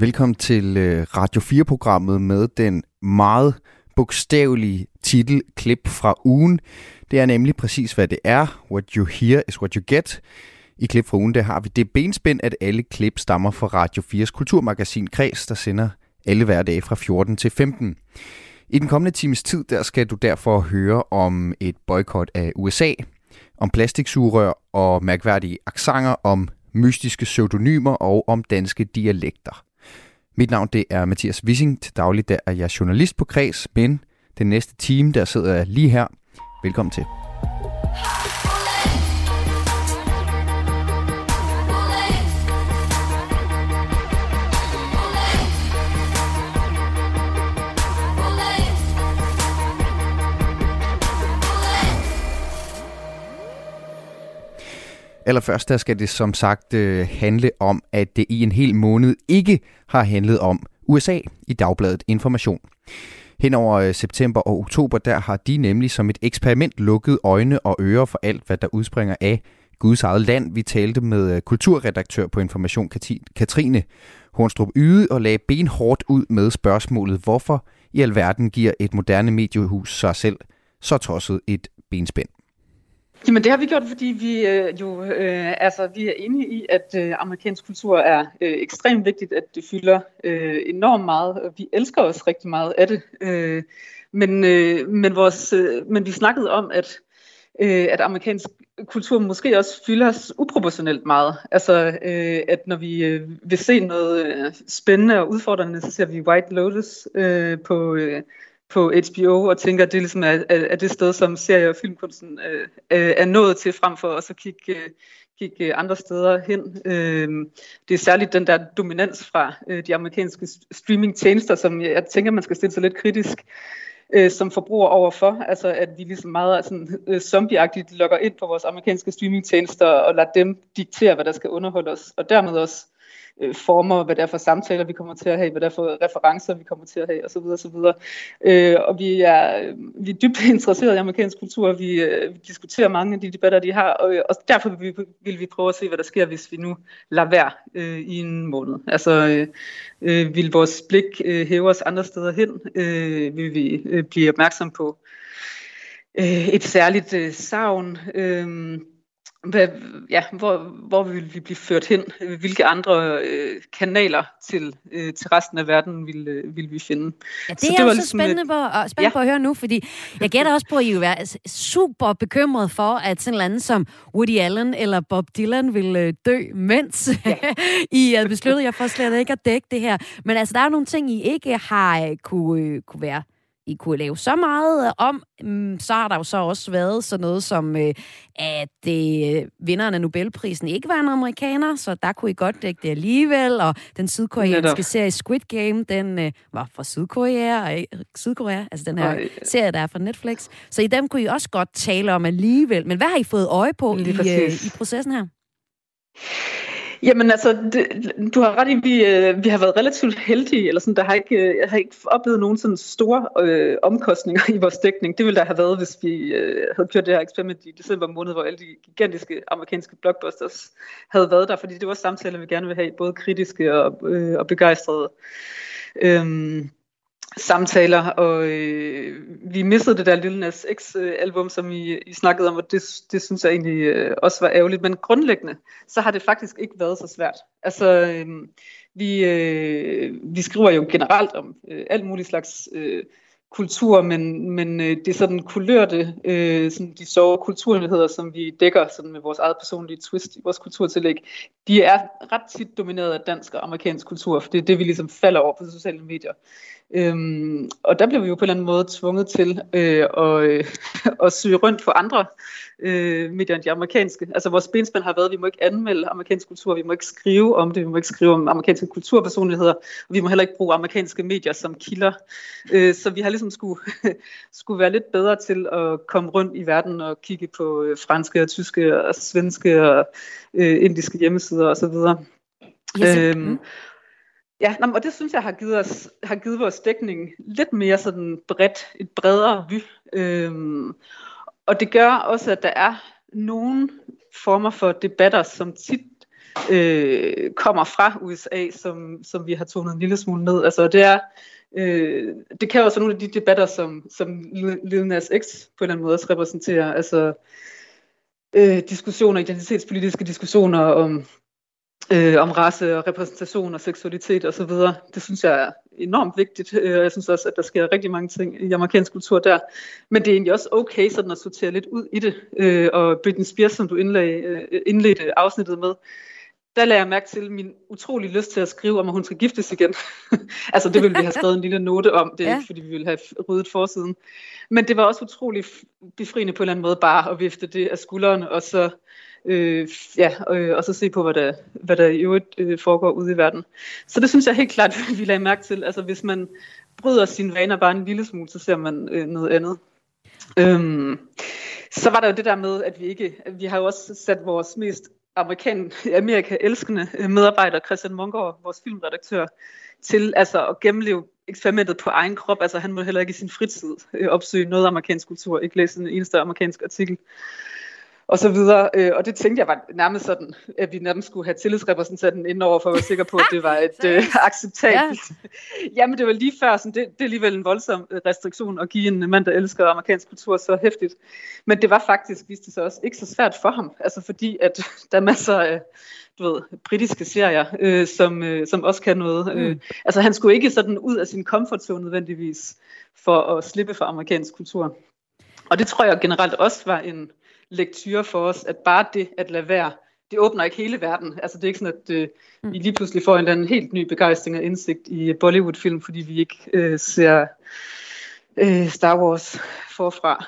Velkommen til Radio 4-programmet med den meget bogstavelige titel Klip fra ugen. Det er nemlig præcis, hvad det er. What you hear is what you get. I Klip fra ugen, der har vi det benspænd, at alle klip stammer fra Radio 4's kulturmagasin Kreds, der sender alle hverdage fra 14 til 15. I den kommende times tid, der skal du derfor høre om et boykot af USA, om plastiksugerør og mærkværdige accenter, om mystiske pseudonymer og om danske dialekter. Mit navn det er Mathias Wissing. Til daglig der er jeg journalist på Kreds, men den næste time, der sidder jeg lige her. Velkommen til. Allerførst der skal det som sagt handle om, at det i en hel måned ikke har handlet om USA i Dagbladet Information. Hen over september og oktober, der har de nemlig som et eksperiment lukket øjne og ører for alt, hvad der udspringer af Guds eget land. Vi talte med kulturredaktør på Information, Katrine Hornstrup Yde, og lagde benhårdt ud med spørgsmålet, hvorfor i alverden giver et moderne mediehus sig selv så tosset et benspænd? Jamen det har vi gjort, fordi vi vi er enige i, at amerikansk kultur er ekstremt vigtigt, at det fylder enormt meget, og vi elsker også rigtig meget af det. Men vi snakkede om, at amerikansk kultur måske også fylder uproportionelt meget. Altså, at når vi vil se noget spændende og udfordrende, så ser vi White Lotus på HBO og tænker, at det ligesom er det sted, som serie- og filmkunsten er nået til, frem for at så kigge andre steder hen. Det er særligt den der dominans fra de amerikanske streamingtjenester, som jeg tænker, man skal stille sig lidt kritisk som forbruger overfor. Altså at vi ligesom meget sådan, zombieagtigt logger ind på vores amerikanske streamingtjenester og lader dem diktere, hvad der skal underholde os, og dermed også former, hvad det er for samtaler, vi kommer til at have, hvad det er for referencer, vi kommer til at have, osv. osv. Og vi er dybt interesserede i amerikansk kultur, vi diskuterer mange af de debatter, de har, og derfor vil vi prøve at se, hvad der sker, hvis vi nu lader være i en måned. Altså, vil vores blik hæve os andre steder hen? Vil vi blive opmærksom på et særligt savn? Hvor vil vi blive ført hen? Hvilke andre kanaler til resten af verden vil vi finde? Ja, det er jeg også spændende på at høre nu, fordi jeg gætter også på, at I vil være super bekymret for, at sådan en anden som Woody Allen eller Bob Dylan vil dø, mens I havde besluttet jer for slet ikke at dække det her. Men altså, der er jo nogle ting, I ikke har kunne være. I kunne lave så meget om, så har der jo så også været sådan noget som, at vinderen af Nobelprisen ikke var en amerikaner, så der kunne I godt dække det alligevel, og den sydkoreanske serie Squid Game, den var fra Sydkorea, altså den her serie, der er fra Netflix, så i dem kunne I også godt tale om alligevel. Men hvad har I fået øje på i processen her? Jamen altså, du har ret i, vi har været relativt heldige, eller sådan, jeg har ikke oplevet nogen sådan store omkostninger i vores dækning. Det ville der have været, hvis vi havde kørt det her eksperiment i december måned, hvor alle de gigantiske amerikanske blockbusters havde været der, fordi det var samtaler, vi gerne vil have, både kritiske og begejstrede samtaler, og vi mistede det der Lil Nas X-album, som I snakkede om, og det synes jeg egentlig også var ærgerligt, men grundlæggende, så har det faktisk ikke været så svært. Altså, vi skriver jo generelt om alt muligt slags kultur, men det er sådan kulørte, sådan de sjove kulturnyheder, som vi dækker sådan med vores eget personlige twist i vores kulturtillæg, de er ret tit domineret af dansk og amerikansk kultur, for det er det, vi ligesom falder over på sociale medier. Og der blev vi jo på en eller anden måde tvunget til at søge rundt på andre medier end de amerikanske. Altså vores benspænd har været, at vi må ikke anmelde amerikansk kultur, vi må ikke skrive om det, vi må ikke skrive om amerikanske kulturpersonligheder, og vi må heller ikke bruge amerikanske medier som kilder. Så vi har ligesom skulle være lidt bedre til at komme rundt i verden og kigge på franske og tyske og svenske og indiske hjemmesider osv. Ja, og det synes jeg har givet vores dækning lidt mere sådan et bredere vy. Og det gør også, at der er nogle former for debatter, som tit kommer fra USA, som vi har tonet en lille smule ned. Altså det kan også nogle af de debatter, som Lil Nas X på en eller anden måde også repræsenterer. Altså diskussioner, identitetspolitiske diskussioner om race og repræsentation og seksualitet osv. Det synes jeg er enormt vigtigt, og jeg synes også, at der sker rigtig mange ting i amerikansk kultur der. Men det er egentlig også okay sådan at sortere lidt ud i det. Og Britney Spears, som du indledte afsnittet med, der lagde jeg mærke til min utrolig lyst til at skrive om, at hun skal giftes igen. Altså det ville vi have skrevet en lille note om, det er ikke fordi vi ville have ryddet forsiden. Men det var også utrolig befriende på en eller anden måde bare at vifte det af skuldrene, og så og så se på, hvad der i øvrigt foregår ude i verden. Så det synes jeg helt klart, vi lagde mærke til. Altså hvis man bryder sine vaner bare en lille smule, så ser man noget andet. Så var der jo det der med, at vi har jo også sat vores mest Amerika-elskende medarbejder, Christian Munkgaard, vores filmredaktør, til altså at gennemleve eksperimentet på egen krop. Altså han må heller ikke i sin fritid opsøge noget amerikansk kultur, ikke læse en eneste amerikansk artikel og så videre. Og det tænkte jeg var nærmest sådan, at vi nærmest skulle have tillidsrepræsentanten indover, for at være sikker på, at det var et acceptabelt. Jamen det var lige før, sådan, det er alligevel en voldsom restriktion at give en mand, der elsker amerikansk kultur så hæftigt. Men det var faktisk, viste det sig også, ikke så svært for ham. Altså fordi, at der er masser af britiske serier, som også kan noget. Altså han skulle ikke sådan ud af sin comfort zone nødvendigvis, for at slippe fra amerikansk kultur. Og det tror jeg generelt også var en lektyre for os, at bare det at lade være, det åbner ikke hele verden. Altså det er ikke sådan, at vi lige pludselig får en eller anden helt ny begejstring og indsigt i Bollywood-film, fordi vi ikke ser Star Wars forfra.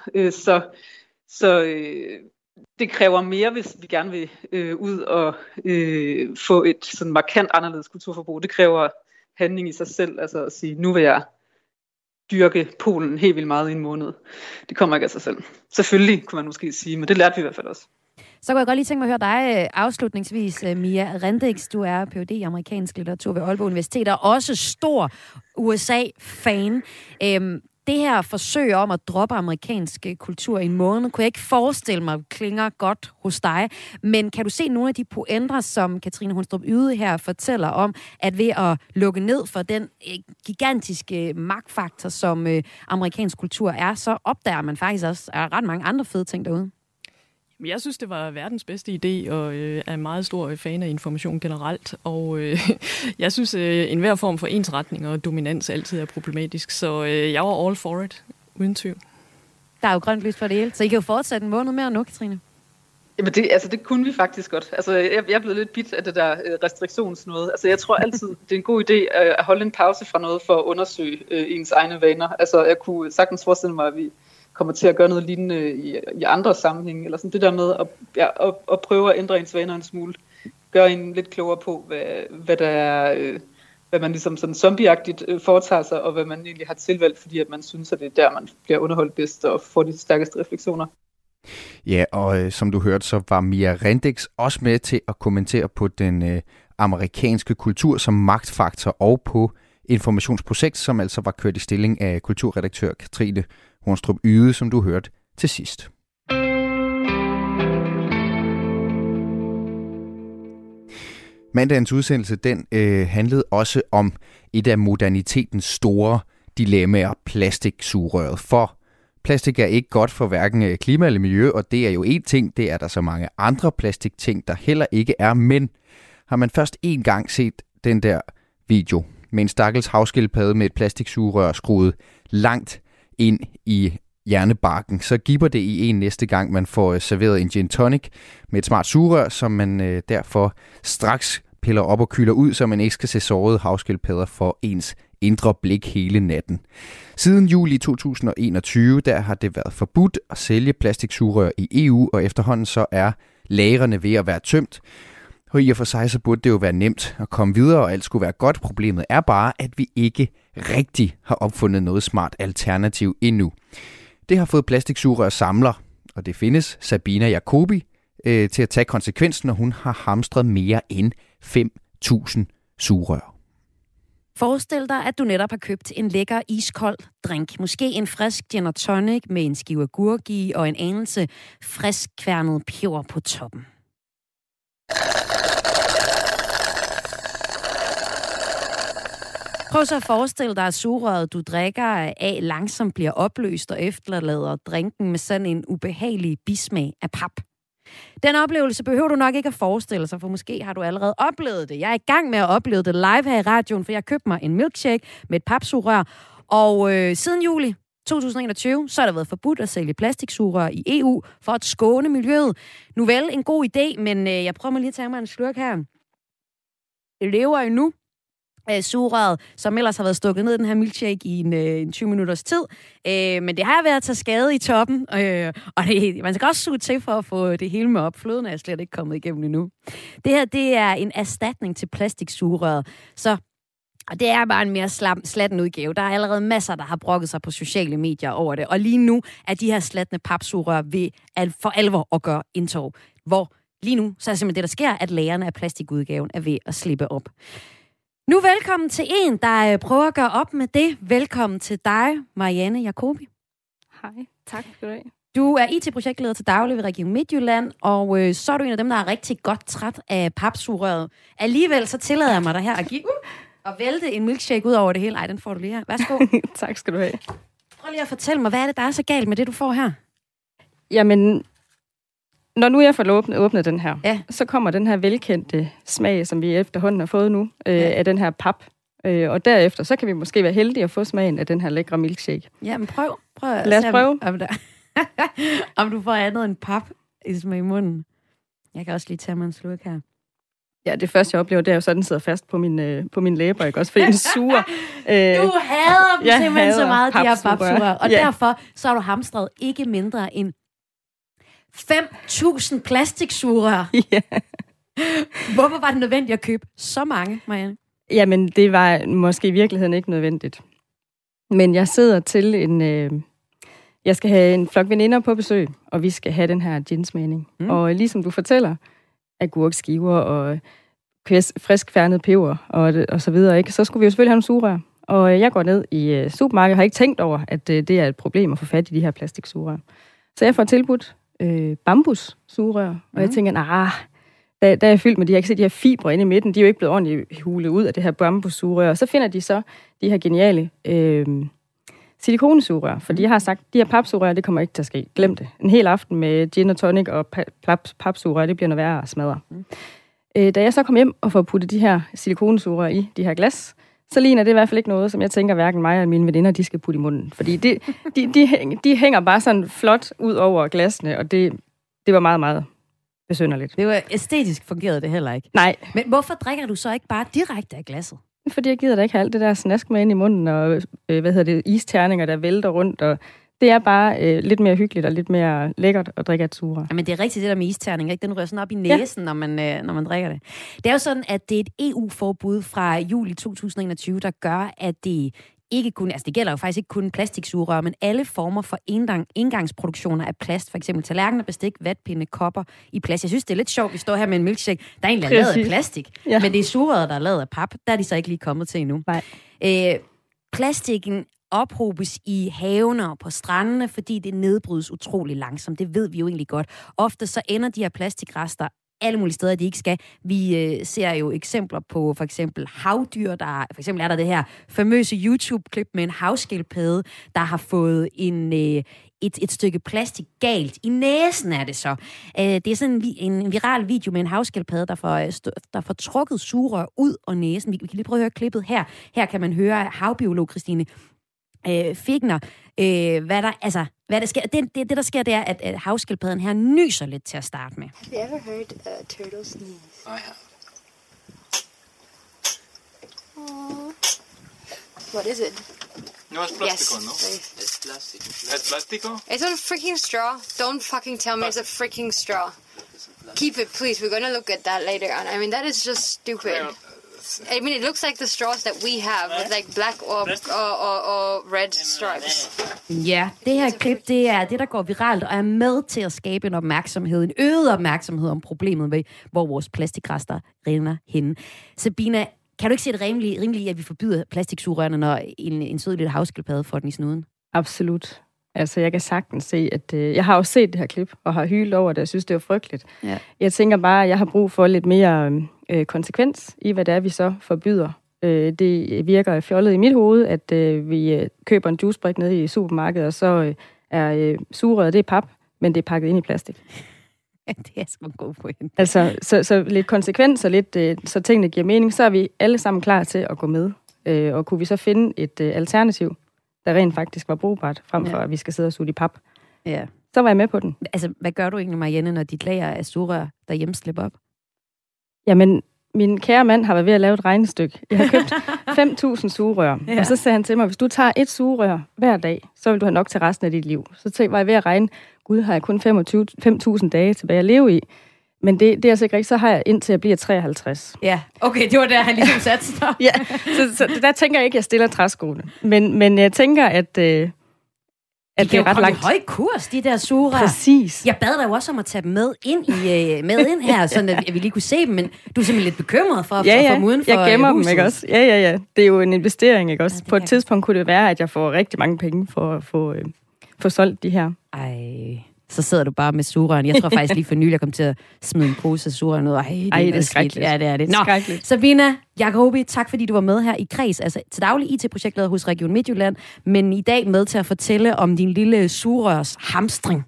Så det kræver mere, hvis vi gerne vil ud og få et sådan markant anderledes kulturforbrug. Det kræver handling i sig selv, altså at sige, nu vil jeg dyrke Polen helt vildt meget i en måned. Det kommer ikke af sig selv. Selvfølgelig, kunne man måske sige, men det lærte vi i hvert fald også. Så kunne jeg godt lige tænke mig at høre dig afslutningsvis, Mia Rendix. Du er Ph.D. i amerikansk litteratur ved Aalborg Universitet, og også stor USA-fan. Det her forsøg om at droppe amerikansk kultur i en måned, kunne jeg ikke forestille mig klinger godt hos dig. Men kan du se nogle af de pointer, som Katrine Hundstrup Yde her fortæller om, at ved at lukke ned for den gigantiske magtfaktor, som amerikansk kultur er, så opdager man faktisk også ret mange andre fede ting derude? Jeg synes, det var verdens bedste idé, og er meget stor fan af information generelt. Og jeg synes, enhver form for ensretning og dominans altid er problematisk. Så jeg var all for it, uden tvivl. Der er jo grønt lys for det hele, så I kan jo fortsætte en måned mere nu, Katrine. Jamen det kunne vi faktisk godt. Altså jeg er blevet lidt bit af det der restriktionsnåde. Altså jeg tror altid, det er en god idé at holde en pause fra noget for at undersøge ens egne vaner. Altså jeg kunne sagtens forestille mig, at vi kommer til at gøre noget lignende i andre sammenhænge, eller sådan det der med at prøve at ændre ens vaner en smule, gøre en lidt klogere på, hvad der er, hvad man ligesom sådan zombieagtigt foretager sig, og hvad man egentlig har tilvalgt, fordi at man synes, at det er der, man bliver underholdt bedst og får de stærkeste refleksioner. Ja, og som du hørte, så var Mia Rendix også med til at kommentere på den amerikanske kultur som magtfaktor og på informationsprojekt, som altså var kørt i stilling af kulturredaktør Katrine Hundstrup Yde, som du hørte til sidst. Mandagens udsendelse, den handlede også om et af modernitetens store dilemmaer, plastiksugerøret. For plastik er ikke godt for hverken klima eller miljø, og det er jo én ting, det er der så mange andre plastikting, der heller ikke er. Men har man først én gang set den der video med en stakkels havskildpadde med et plastiksugerør skruet langt ind i hjernebarken, så giver det i en næste gang, man får serveret en gin tonic med et smart sugerør, som man derfor straks piller op og kyler ud, så man ikke skal se sårede havskildpadder for ens indre blik hele natten. Siden juli 2021, der har det været forbudt at sælge plastiksugerør i EU, og efterhånden så er lagrene ved at være tømt. Og i og for sig så burde det jo være nemt at komme videre, og alt skulle være godt. Problemet er bare, at vi ikke rigtig har opfundet noget smart alternativ endnu. Det har fået plastiksugerør samler, og det findes Sabina Jacobi til at tage konsekvensen, og hun har hamstret mere end 5.000 sugerør. Forestil dig, at du netop har købt en lækker iskold drink. Måske en frisk gin og tonic med en skive agurk i og en anelse frisk kværnet peber på toppen. Prøv så at forestille dig, at sugerøret, du drikker af, langsomt bliver opløst og efterlader drinken med sådan en ubehagelig bismag af pap. Den oplevelse behøver du nok ikke at forestille sig, for måske har du allerede oplevet det. Jeg er i gang med at opleve det live her i radioen, for jeg købte mig en milkshake med et papsugerør, og siden juli 2021, så har der været forbudt at sælge plastiksugerør i EU for at skåne miljøet. Nu vel, en god idé, men jeg prøver mig lige at tage mig en slurk her. Det lever endnu. Sugerøret, som ellers har været stukket ned i den her milkshake i en 20 minutters tid. Men det har været at tage skade i toppen, og man skal også suge til for at få det hele med op. Fløden er slet ikke kommet igennem endnu. Det her, det er en erstatning til plastiksugerøret, og det er bare en mere slatten udgave. Der er allerede masser, der har brokket sig på sociale medier over det, og lige nu er de her slatne papsugerør ved for alvor at gøre indtog, hvor lige nu, så er det simpelthen det, der sker, at lagerne af plastikudgaven er ved at slippe op. Nu velkommen til en, der prøver at gøre op med det. Velkommen til dig, Marianne Jacobi. Hej, tak skal du have. Du er IT-projektleder til daglig ved Region Midtjylland, og så er du en af dem, der er rigtig godt træt af papsugerøret. Alligevel så tillader jeg mig dig her at give og vælte en milkshake ud over det hele. Ej, den får du lige her. Værsgo. Tak skal du have. Prøv lige at fortælle mig, hvad er det, der er så galt med det, du får her? Jamen, når nu jeg får åbnet den her, så kommer den her velkendte smag, som vi efterhånden har fået nu, af den her pap. Og derefter, så kan vi måske være heldige at få smagen af den her lækre milkshake. Jamen, prøv. Lad os prøve. Om du får andet end pap i munden. Jeg kan også lige tage mig en slurk her. Ja, det første, jeg oplever, det er jo så, den sidder fast på min læber, ikke også? Fordi den suger. Du hader dem simpelthen så meget, de her papsugerør. Og derfor så har du hamstret ikke mindre end 5.000 plastiksugerør. Ja. Hvorfor var det nødvendigt at købe så mange, Marianne? Jamen, det var måske i virkeligheden ikke nødvendigt. Men jeg sidder til jeg skal have en flok veninder på besøg, og vi skal have den her ginsmagning. Og ligesom du fortæller, agurkskiver og frisk færnet peber og så videre, ikke? Så skulle vi jo selvfølgelig have nogle sugerør. Og jeg går ned i supermarkedet og har ikke tænkt over, at det er et problem at få fat i de her plastiksugerør. Så jeg får tilbudt bambussugerør, og jeg tænker, der er jeg fyldt med jeg kan se de her fibre inde i midten, de er jo ikke blevet ordentligt hulet ud af det her bambussugerør. Og så finder de så de her geniale silikonesugerør, for de har sagt, de her papsugerør, det kommer ikke til at ske. Glem det. En hel aften med gin og tonic og papsugerør, det bliver noget værre at smadre. Da jeg så kom hjem og får puttet de her silikonesugerør i de her glas, så ligner det i hvert fald ikke noget, som jeg tænker, hverken mig og mine veninder, de skal putte i munden. Fordi de hænger bare sådan flot ud over glasene, og det var meget, meget besynderligt. Det var æstetisk fungerede det heller ikke. Nej. Men hvorfor drikker du så ikke bare direkte af glasset? Fordi jeg gider da ikke have alt det der snask med ind i munden, og isterninger, der vælter rundt, og det er bare lidt mere hyggeligt og lidt mere lækkert at drikke et sugerør. Jamen det er rigtigt det der med isterninger, ikke? Den rører sådan op i næsen, når man drikker det. Det er jo sådan, at det er et EU-forbud fra juli 2021, der gør, at det ikke kun, altså det gælder jo faktisk ikke kun plastiksugerør, men alle former for engangsproduktioner af plast, for eksempel tallerkener, bestik, vatpinde, kopper i plast. Jeg synes, det er lidt sjovt, vi står her med en milkshake, der er egentlig lavet af plastik, men det er sugerøret, der er lavet af pap. Der er de så ikke lige kommet til endnu. Plastikken ophobes i havene og på strandene, fordi det nedbrydes utrolig langsomt. Det ved vi jo egentlig godt. Ofte så ender de her plastikrester alle mulige steder, de ikke skal. Vi ser jo eksempler på for eksempel havdyr. For eksempel er der det her famøse YouTube-klip med en havskildpadde, der har fået et stykke plastik galt i næsen, er det så. Det er sådan en viral video med en havskildpadde, der får trukket sugerør ud af næsen. Vi kan lige prøve at høre klippet her. Her kan man høre havbiolog Christine Figner, hvad der sker. Det, der sker, det er, at havskildpadden her nyser lidt til at starte med. Have you ever heard turtles sneeze? I have. What is it? No, es plástico, Yes. ¿no? Es plástico. ¿Es plástico? It's a freaking straw. Don't fucking tell me it's a freaking straw. Keep it, please. We're gonna look at that later on. I mean, that is just stupid. I mean, it looks like the straws that we have with like black or red stripes. Ja, det her klip, det er det, der går viralt og er med til at skabe en opmærksomhed, en øget opmærksomhed om problemet med, hvor vores plastikrester rinder henne. Sabina, kan du ikke se det rimeligt, at vi forbyder plastiksugerørene, når en sød lille havskildpadde får den i snuden? Absolut. Altså, jeg kan sagtens se, at jeg har også set det her klip, og har hylet over det, jeg synes, det er frygteligt. Ja. Jeg tænker bare, at jeg har brug for lidt mere konsekvens i, hvad det er, vi så forbyder. Det virker fjollet i mit hoved, at vi køber en juicebrik nede i supermarkedet, og så er sugerøret, det er pap, men det er pakket ind i plastik. Det er sgu en god pointe. Altså, så lidt konsekvens og lidt, så tingene giver mening, så er vi alle sammen klar til at gå med. Og kunne vi så finde et alternativ, der rent faktisk var brugbart, frem for at vi skal sidde og suge i pap. Ja. Så var jeg med på den. Altså, hvad gør du egentlig, Marianne, når dit lager af sugerør derhjemme slipper op? Jamen, min kære mand har været ved at lave et regnestykke. Jeg har købt 5.000 sugerør, og så sagde han til mig, hvis du tager et sugerør hver dag, så vil du have nok til resten af dit liv. Så var jeg ved at regne, gud, har jeg kun 5.000 dage tilbage at leve i. Men det er altså ikke rigtigt, så har jeg indtil jeg bliver 53. Ja, okay, det var der, han ligesom satte sig. Ja, så der tænker jeg ikke, at jeg stiller træskoene. Men jeg tænker, at det er ret langt. I høj kurs, de der sugerør. Præcis. Jeg bad dig jo også om at tage dem med ind her, sådan at vi lige kunne se dem, men du er simpelthen lidt bekymret for at få dem uden for jeg gemmer huset. dem, ikke også? Ja. Det er jo en investering, ikke også? På et tidspunkt kunne det være, at jeg får rigtig mange penge for at få solgt de her. Ej, så sidder du bare med sugerøren. Jeg tror faktisk lige for nylig, jeg kom til at smide en pose af sugerør ud. Det er skrækkeligt. Ja, det er det. Nå, skrækkeligt. Sabina Jacobi, tak fordi du var med her i Kreds. Altså til daglig IT-projektleder hos Region Midtjylland, men i dag med til at fortælle om din lille sugerørs hamstring.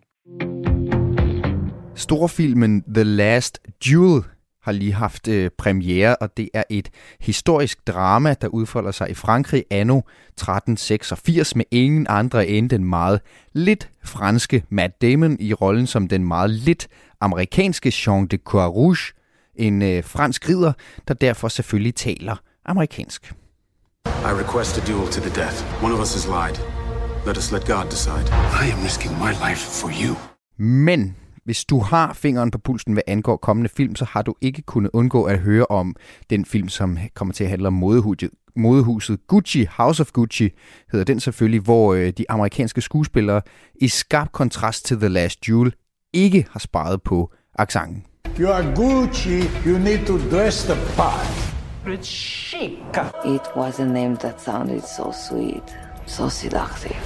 Storfilmen The Last Duel har lige haft premiere, og det er et historisk drama, der udfolder sig i Frankrig anno 1386 med ingen andre end den meget lidt franske Matt Damon i rollen som den meget lidt amerikanske Jean de Courrouge, en fransk ridder, der derfor selvfølgelig taler amerikansk. I request a duel to the death. One of us has lied. Let us let God decide. I am risking my life for you. Men hvis du har fingeren på pulsen, hvad angår kommende film, så har du ikke kunnet undgå at høre om den film, som kommer til at handle om modehuset Gucci. House of Gucci hedder den selvfølgelig, hvor de amerikanske skuespillere i skarp kontrast til The Last Duel ikke har sparet på accenten. You are Gucci, you need to dress the part. It's chic. It was a name that sounded so sweet, so seductive.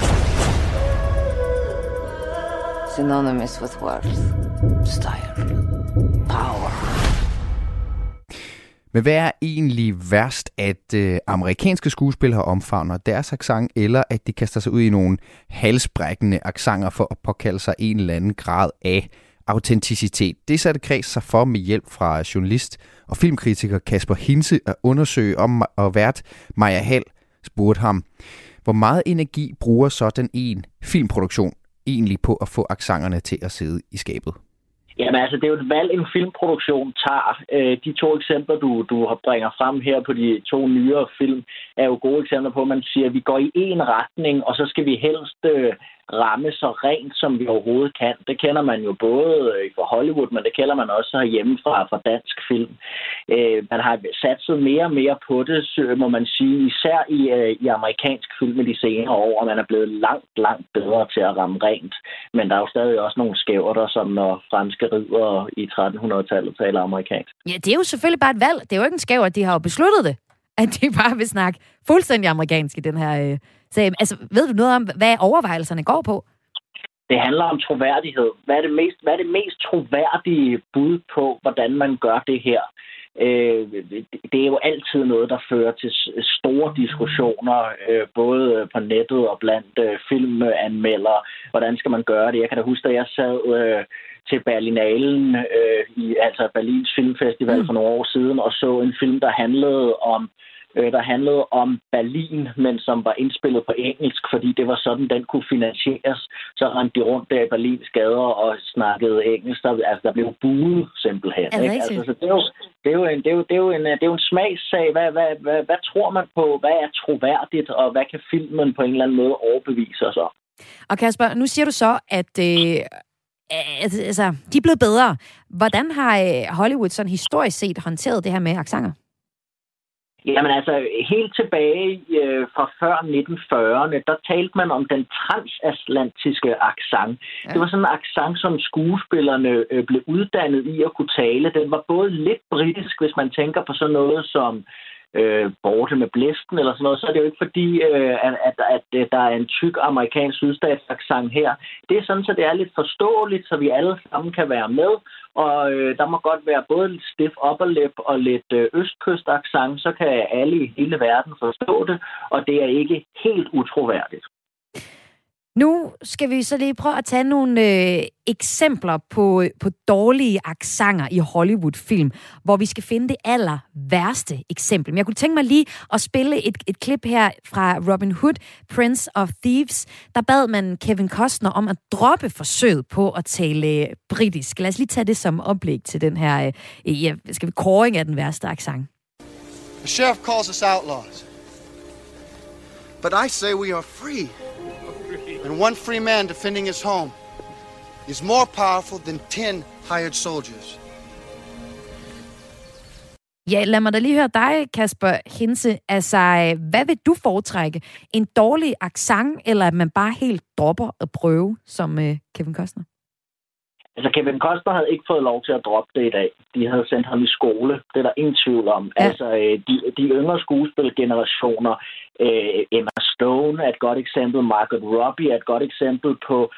Synonymous with worth, style, power. Men hvad er egentlig værst, at amerikanske skuespillere omfavner deres accent, eller at de kaster sig ud i nogle halsbrækkende accenter for at påkalde sig en eller anden grad af autenticitet? Det satte Kreds sig for med hjælp fra journalist og filmkritiker Kasper Hinse at undersøge om, og vært Maja Hall spurgte ham, hvor meget energi bruger sådan en filmproduktion egentlig på at få accenterne til at sidde i skabet? Jamen altså, det er jo et valg, en filmproduktion tager. De to eksempler, du bringer frem her på de to nyere film, er jo gode eksempler på, at man siger, at vi går i en retning, og så skal vi helst ramme så rent, som vi overhovedet kan. Det kender man jo både fra Hollywood, men det kender man også herhjemme fra dansk film. Man har satset mere og mere på det, må man sige, især i amerikansk film i de senere år, og man er blevet langt bedre til at ramme rent. Men der er jo stadig også nogle skæverter, som når franske ridder i 1300-tallet taler amerikansk. Ja, det er jo selvfølgelig bare et valg. Det er jo ikke en skæver, de har jo besluttet det, at de bare vil snakke fuldstændig amerikansk i den her sag. Altså, ved du noget om, hvad overvejelserne går på? Det handler om troværdighed. Hvad er det mest troværdige bud på, hvordan man gør det her? Det er jo altid noget, der fører til store diskussioner, både på nettet og blandt filmanmeldere. Hvordan skal man gøre det? Jeg kan da huske, at jeg sad til Berlinalen, altså Berlins Filmfestival for nogle år siden, og så en film, der handlede om Berlin, men som var indspillet på engelsk, fordi det var sådan, den kunne finansieres. Så rendte de rundt der i Berlins gader og snakkede engelsk. Der blev buet simpelthen. Ikke? Altså, så det er jo en smagssag. Hvad tror man på? Hvad er troværdigt, og hvad kan filmen på en eller anden måde overbevise os om? Og Kasper, nu siger du så, at de er blevet bedre. Hvordan har Hollywood sådan historisk set håndteret det her med accenter? Jamen altså, helt tilbage fra før 1940'erne, der talte man om den transatlantiske accent. Ja. Det var sådan en accent, som skuespillerne blev uddannet i at kunne tale. Den var både lidt britisk, hvis man tænker på sådan noget som borte med blæsten eller sådan noget, så er det jo ikke fordi, at der er en tyk amerikansk sydstatsaccent her. Det er sådan, så det er lidt forståeligt, så vi alle sammen kan være med. Og der må godt være både lidt stiff upperlip og lidt østkystaccent, så kan alle i hele verden forstå det, og det er ikke helt utroværdigt. Nu skal vi så lige prøve at tage nogle eksempler på dårlige accenter i Hollywood-film, hvor vi skal finde det aller værste eksempel. Men jeg kunne tænke mig lige at spille et klip her fra Robin Hood, Prince of Thieves. Der bad man Kevin Costner om at droppe forsøget på at tale britisk. Lad os lige tage det som oplæg til den her kåring af den værste accent. The sheriff calls us outlaws. But I say we are free. And one free man defending his home is more powerful than 10 hired soldiers. Ja, lad mig da lige høre dig, Kasper Hinse. Altså, hvad vil du foretrække? En dårlig accent, eller at man bare helt dropper at prøve, som Kevin Costner? Altså, Kevin Costner havde ikke fået lov til at droppe det i dag. De havde sendt ham i skole. Det er der ingen tvivl om. Ja. Altså, de yngre skuespilgenerationer, Emma Stone er et godt eksempel, Margot Robbie er et godt eksempel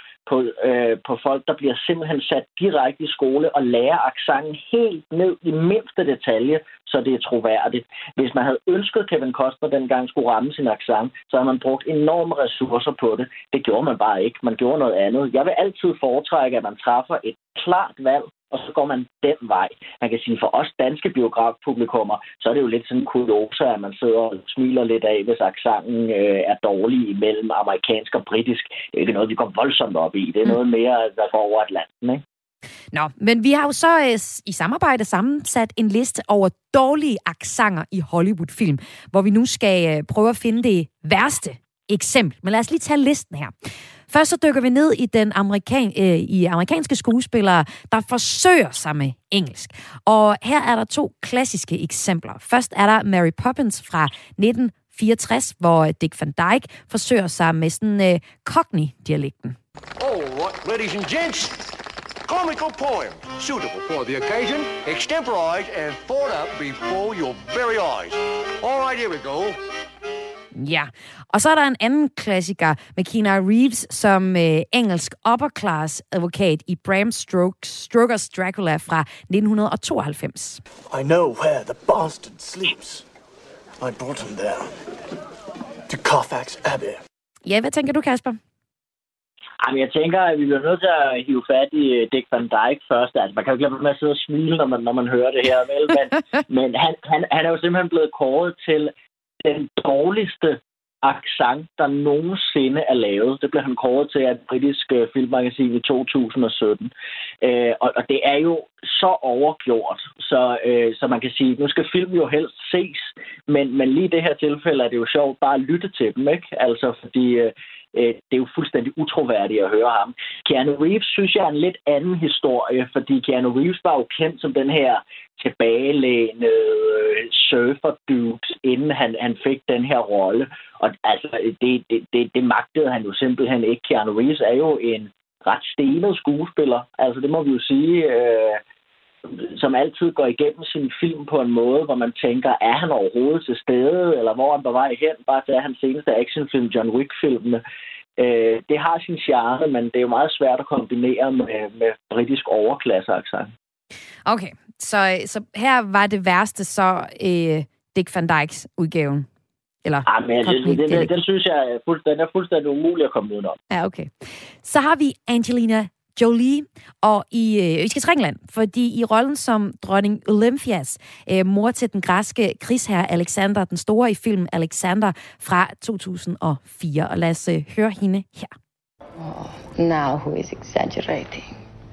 på folk, der bliver simpelthen sat direkte i skole og lærer accenten helt ned i mindste detalje, så det er troværdigt. Hvis man havde ønsket Kevin Costner dengang skulle ramme sin accent, så havde man brugt enorme ressourcer på det. Det gjorde man bare ikke. Man gjorde noget andet. Jeg vil altid foretrække, at man træffer et klart valg, og så går man den vej. Man kan sige, for os danske biografpublikummer, så er det jo lidt sådan en kuriosa, at man sidder og smiler lidt af, hvis accenten er dårlig imellem amerikansk og britisk. Det er ikke noget, vi går voldsomt op i. Det er noget mere, der går over Atlanten, ikke? Nå, men vi har jo så i samarbejde sammensat en liste over dårlige accenter i Hollywood-film, hvor vi nu skal prøve at finde det værste eksempel. Men lad os lige tage listen her. Først så dykker vi ned i amerikanske skuespillere, der forsøger sig med engelsk. Og her er der 2 klassiske eksempler. Først er der Mary Poppins fra 1964, hvor Dick Van Dyke forsøger sig med sådan Cockney-dialekten. All right, ladies and gents. Comical poem, suitable for the occasion, extemporized and thought up before your very eyes. All right, here we go. Ja, og så er der en anden klassiker med Keanu Reeves som engelsk upper-class advokat i Bram Stoker's Dracula fra 1992. I know where the bastard sleeps. I brought him there. To Carfax Abbey. Ja, hvad tænker du, Kasper? Jamen, jeg tænker, at vi bliver nødt til at hive fat i Dick Van Dyke først. Altså, man kan jo ikke lade være med at sidde og smile, når man hører det her. Vel? Men han er jo simpelthen blevet kåret til den dårligste accent, der nogensinde er lavet. Det blev han kåret til af et britisk filmmagasin i 2017. Og det er jo så overgjort, så man kan sige, nu skal film jo helst ses, men lige i det her tilfælde er det jo sjovt bare at lytte til dem, ikke? Altså, fordi det er jo fuldstændig utroværdigt at høre ham. Keanu Reeves synes jeg er en lidt anden historie, fordi Keanu Reeves var jo kendt som den her tilbagelænede surfer-dude, inden han fik den her rolle. Og altså, det magtede han jo simpelthen ikke. Keanu Reeves er jo en ret stenet skuespiller. Altså, det må vi jo sige, som altid går igennem sin film på en måde, hvor man tænker, er han overhovedet til stede, eller hvor er han på vej hen? Bare til hans seneste actionfilm, John Wick-filmene. Det har sin charme, men det er jo meget svært at kombinere med britisk overklasse-accent. Okay, så her var det værste så Dick Van Dykes udgaven? Eller men den synes jeg er fuldstændig umulig at komme udenom. Ja, okay. Så har vi Angelina Jolie, og vi skal til England, fordi i rollen som dronning Olympias, mor til den græske krigsherre Alexander den Store i filmen Alexander fra 2004. Og lad os høre hende her. Now who is exaggerating?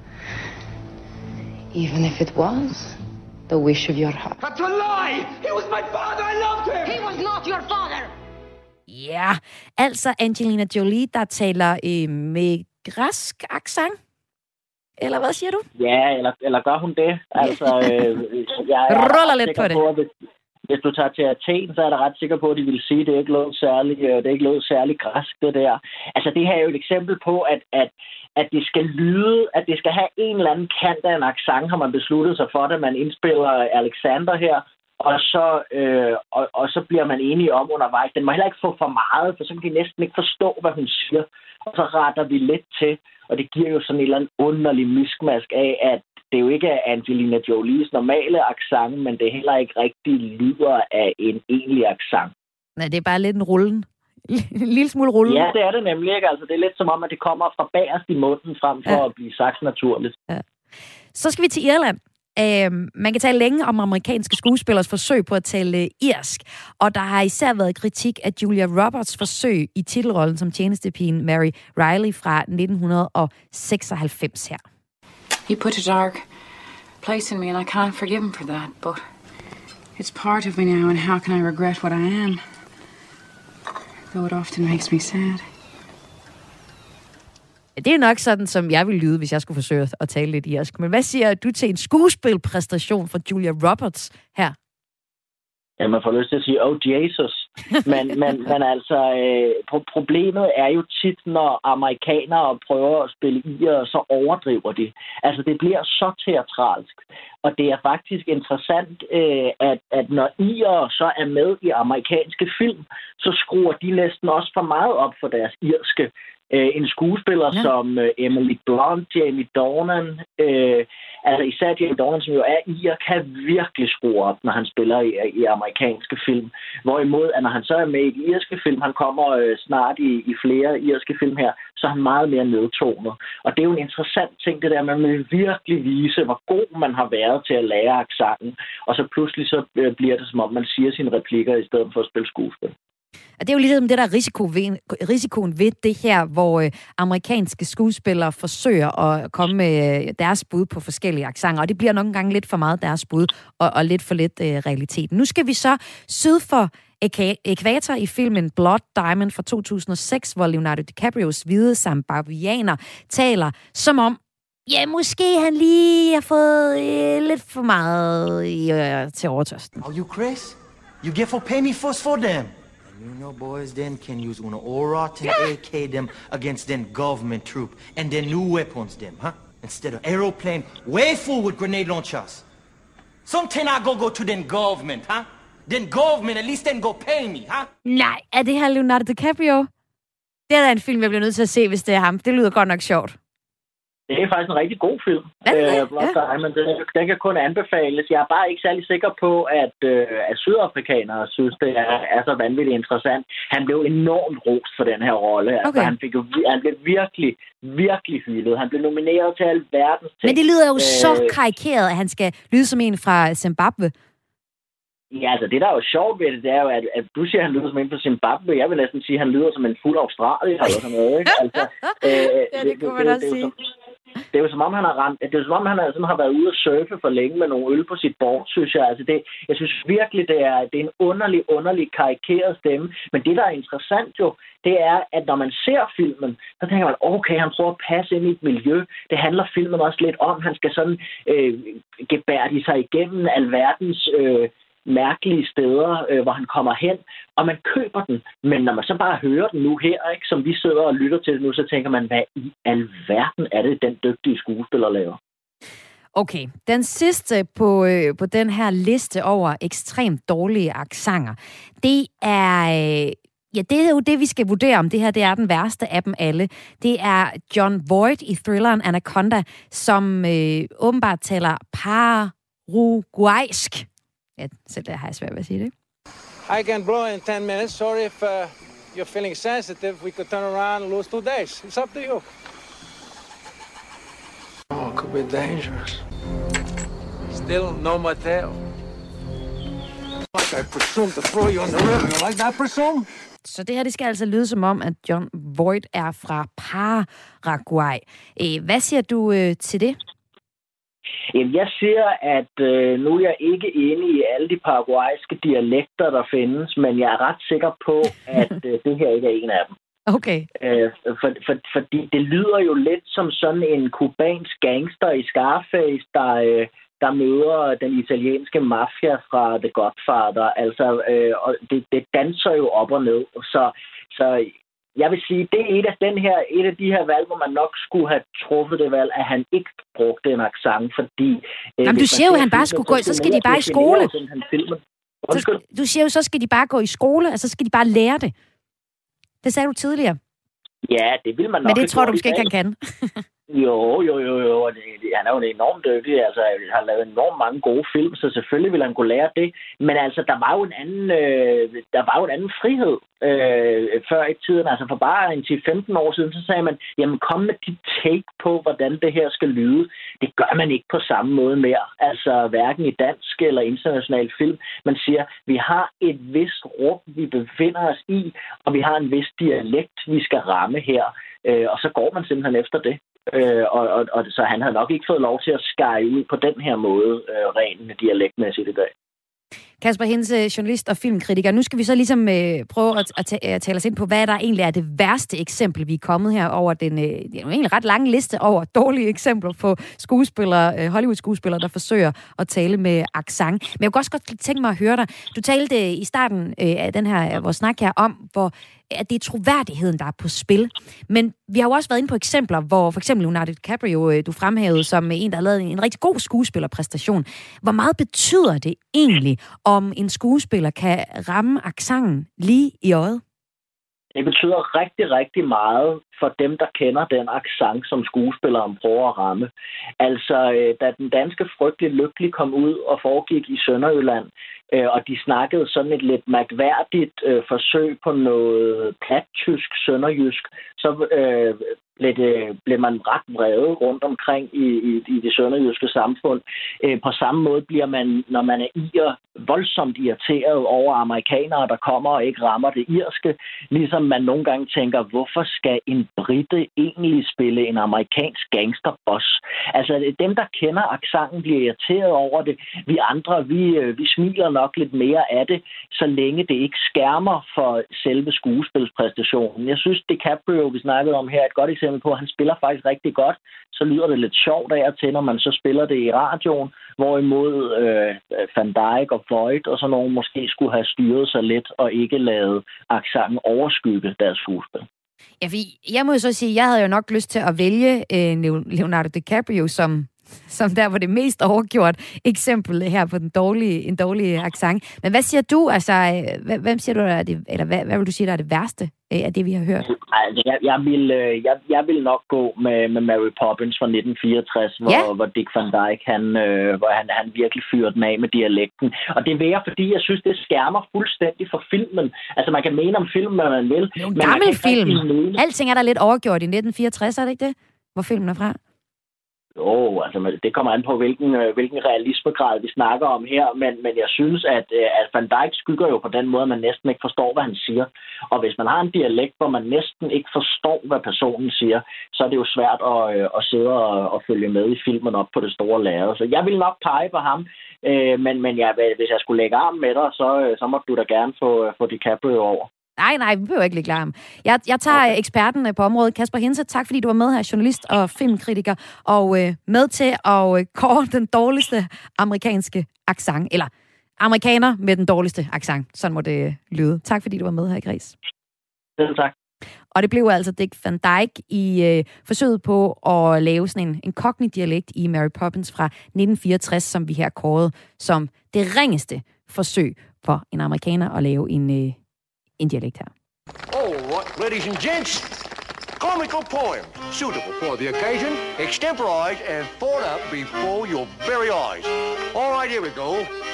Even if it was the wish of your heart. That's a lie! He was my father! I loved him! He was not your father! Ja, altså Angelina Jolie, der taler med græsk accent. Eller hvad siger du? Ja, eller gør hun det? Altså, jeg ruller lidt på det. Hvis du tager til Athen, så er jeg ret sikker på, at de vil sige, at det ikke lød særlig græsk, det der. Altså, det her er jo et eksempel på, at det skal lyde, at det skal have en eller anden kant af en accent, har man besluttet sig for, da man indspiller Alexander her. og så bliver man enige om undervejs. Den må heller ikke få for meget, for så kan de næsten ikke forstå, hvad hun siger. Og så retter vi lidt til, og det giver jo sådan en eller anden underlig miskmask af, at det jo ikke er Angelina Jolies normale accent, men det heller ikke rigtig lyder af en egentlig accent. Nej, det er bare lidt en rullen. En lille smule rullen. Ja, det er det nemlig ikke. Altså, det er lidt som om, at det kommer fra bagerst i munden, frem for at blive sagt naturligt. Ja. Så skal vi til Irland. Man kan tale længe om amerikanske skuespillers forsøg på at tale irsk, og der har især været kritik af Julia Roberts forsøg i titelrollen som tjenestepigen Mary Riley fra 1996 her. He put a dark place in me, and I can't forgive him for that, but it's part of me now, and how can I regret what I am? Though it often makes me sad. Det er nok sådan, som jeg ville lyde, hvis jeg skulle forsøge at tale lidt irsk. Men hvad siger du til en skuespilpræstation fra Julia Roberts her? Ja, man får lyst til at sige, oh Jesus. Men altså, problemet er jo tit, når amerikanere prøver at spille irer, så overdriver de. Altså, det bliver så teatralsk. Og det er faktisk interessant, at når irer så er med i amerikanske film, så skruer de næsten også for meget op for deres irske. En skuespiller som Emily Blunt, Jamie Dornan, altså især Jamie Dornan, som jo er irer, kan virkelig skrue op, når han spiller i amerikanske film. Hvorimod, at når han så er med i irske film, han kommer snart i flere irske film her, så er han meget mere nedtonet. Og det er jo en interessant ting, det der, man vil virkelig vise, hvor god man har været til at lære accenten, og så pludselig så bliver det, som om man siger sine replikker, i stedet for at spille skuespil. Og det er jo ligesom det, der er risikoen ved det her, hvor amerikanske skuespillere forsøger at komme med deres bud på forskellige accenter, og det bliver nogle gange lidt for meget deres bud, og lidt for lidt realiteten. Nu skal vi så syd for ækvator i filmen Blood Diamond fra 2006, hvor Leonardo DiCaprios hvide zimbabwianer taler som om, ja, måske han lige har fået lidt for meget til overtørsten. Are you crazy? You get for pay me first for them. You know, boys then can use una all-rotten AK them against them government troop and then new weapons them, huh? Instead of aeroplane way full with grenade launchers. Something I go to them government, huh? Then government at least then go pay me, huh? Nej, er det her Leonardo DiCaprio? Det er da en film, jeg bliver nødt til at se, hvis det er ham. Det lyder godt nok sjovt. Det er faktisk en rigtig god film. Blood Diamond. Den kan kun anbefales. Jeg er bare ikke særlig sikker på, at sydafrikanere synes, det er så vanvittigt interessant. Han blev enormt rost for den her rolle. Okay. Altså, han blev virkelig hyldet. Han blev nomineret til alverdens ting. Men det lyder jo så karikeret, at han skal lyde som en fra Zimbabwe. Ja, altså det, der er jo sjovt ved det, det er jo, at du siger, at han lyder som en fra Zimbabwe. Jeg vil næsten sige, at han lyder som en fuld australier eller sådan noget, ikke? Altså, ja, det kunne man også sige. Det er jo som om, han har ramt. Det er jo som om, han har været ude at surfe for længe med nogle øl på sit bord, synes jeg. Altså jeg synes virkelig, det er en underlig karikeret stemme. Men det, der er interessant jo, det er, at når man ser filmen, så tænker man, okay, han prøver at passe ind i et miljø. Det handler filmen også lidt om. Han skal sådan gebærde sig igennem alverdens mærkelige steder, hvor han kommer hen, og man køber den. Men når man så bare hører den nu her, ikke, som vi sidder og lytter til nu, så tænker man, hvad i alverden er det, den dygtige skuespiller laver? Okay, den sidste på den her liste over ekstremt dårlige accenter, det er... Ja, det er jo det, vi skal vurdere om. Det her, det er den værste af dem alle. Det er Jon Voight i thrilleren Anaconda, som åbenbart taler paraguaysk. Ja, selv det har jeg svært ved at sige det. I can blow in 10 minutes. Sorry if you're feeling sensitive. We could turn around and lose 2 days. It's up to you. Oh, it could be dangerous. Still no Mateo. Like I presume to throw you on the river. You like that, presume? Så det her, det skal altså lyde som om, at Jon Voight er fra Paraguay. Hvad siger du til det? Jamen, jeg siger, at nu er jeg ikke enig i alle de paraguayske dialekter, der findes, men jeg er ret sikker på, at det her ikke er en af dem. Okay. Fordi det lyder jo lidt som sådan en kubansk gangster i Scarface, der møder den italienske mafia fra The Godfather. Altså, og det danser jo op og ned. Så jeg vil sige, det er et af de her valg, hvor man nok skulle have truffet det valg, at han ikke brugte en accent, fordi... Jamen, du siger jo, at han bare skulle gå, så skal de bare i skole. Du siger jo, så skal de bare gå i skole, altså så skal de bare lære det. Det sagde du tidligere. Ja, det vil man nok. Men det tror du måske ikke, han kan. Jo. Han er jo enormt dygtig. Altså, han har lavet enormt mange gode film, så selvfølgelig vil han kunne lære det. Men altså, der var jo en anden frihed før i tiden. Altså, for bare 10-15 år siden, så sagde man, jamen kom med dit take på, hvordan det her skal lyde. Det gør man ikke på samme måde mere. Altså, hverken i dansk eller international film. Man siger, vi har et vist rum, vi befinder os i, og vi har en vis dialekt, vi skal ramme her. Og så går man simpelthen efter det. Og så han havde nok ikke fået lov til at skære ud på den her måde, rent dialektmæssigt i dag. Kasper Hinse, journalist og filmkritiker. Nu skal vi så ligesom prøve at tale os ind på, hvad der egentlig er det værste eksempel, vi er kommet her over den egentlig ret lange liste over dårlige eksempler på skuespillere, Hollywood-skuespillere, der forsøger at tale med accent. Men jeg kunne også godt tænke mig at høre dig. Du talte i starten af den her vores snak her om, at det er troværdigheden, der er på spil. Men vi har jo også været inde på eksempler, hvor for eksempel Leonardo DiCaprio, du fremhævede som en, der har lavet en rigtig god skuespillerpræstation. Hvor meget betyder det egentlig, om en skuespiller kan ramme accenten lige i øjet? Det betyder rigtig, rigtig meget for dem, der kender den accent, som skuespilleren prøver at ramme. Altså, da den danske Frygtelig Lykkelig kom ud og foregik i Sønderjylland, og de snakkede sådan et lidt mærkværdigt forsøg på noget plattysk sønderjysk, så blev man ret vrede rundt omkring i det sønderjyske samfund. På samme måde bliver man, når man er voldsomt irriteret over amerikanere, der kommer og ikke rammer det irske, ligesom man nogle gange tænker, hvorfor skal en brite egentlig spille en amerikansk gangsterboss? Altså dem, der kender accenten, bliver irriteret over det. Vi andre, vi smiler nok lidt mere af det, så længe det ikke skærmer for selve skuespilspræstationen. Jeg synes, DiCaprio, vi snakkede om her, er et godt eksempel på, at han spiller faktisk rigtig godt. Så lyder det lidt sjovt af og til, når man så spiller det i radioen, hvorimod Van Dijk og Voight og sådan nogen måske skulle have styret sig lidt og ikke lavet accenten overskygge deres skuespil. Ja, jeg må jo så sige, at jeg havde jo nok lyst til at vælge Leonardo DiCaprio som der var det mest overgjort eksempel her på en dårlig accent. Men hvad siger du? Altså, hvem siger du, hvad vil du sige, der er det værste af det, vi har hørt? Altså, jeg vil nok gå med Mary Poppins fra 1964, hvor Dick Van Dyke, han virkelig fyrede den af med dialekten. Og det vil jeg, fordi jeg synes, det skærmer fuldstændig for filmen. Altså, man kan mene om filmen, hvad man vil. Det er jo en gammel film. Alting er der lidt overgjort i 1964, er det ikke det? Hvor filmen er fra? Altså det kommer an på, hvilken realismegrad vi snakker om her, men jeg synes, at Van Dijk skygger jo på den måde, at man næsten ikke forstår, hvad han siger. Og hvis man har en dialekt, hvor man næsten ikke forstår, hvad personen siger, så er det jo svært at sidde og følge med i filmen op på det store lærred. Så jeg vil nok pege på ham, men hvis jeg skulle lægge arm med dig, så må du da gerne få DiCaprio over. Nej, vi behøver ikke lægge larm. Jeg tager eksperten på området, Kasper Hinse. Tak, fordi du var med her, journalist og filmkritiker, og med til at kåre den dårligste amerikanske accent, eller amerikaner med den dårligste accent. Sådan må det lyde. Tak, fordi du var med her i Græs. Selv tak. Og det blev altså Dick Van Dyke i forsøget på at lave sådan en cockney-dialekt i Mary Poppins fra 1964, som vi her kårede som det ringeste forsøg for en amerikaner at lave en dialekt her. All right, ladies and gents, comical poem, suitable for the occasion, extemporized and thought up before your very eyes. All right, here we go.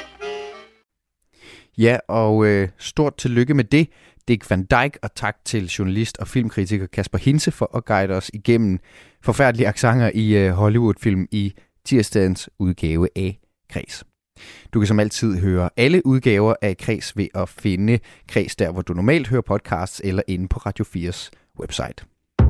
Ja, og stort tillykke med det, Dick Van Dyke, og tak til journalist og filmkritiker Kasper Hinse for at guide os igennem forfærdelige accenter i Hollywood-film i tirsdagens udgave af Kreds. Du kan som altid høre alle udgaver af Kreds ved at finde Kreds der, hvor du normalt hører podcasts, eller inde på Radio 4's website.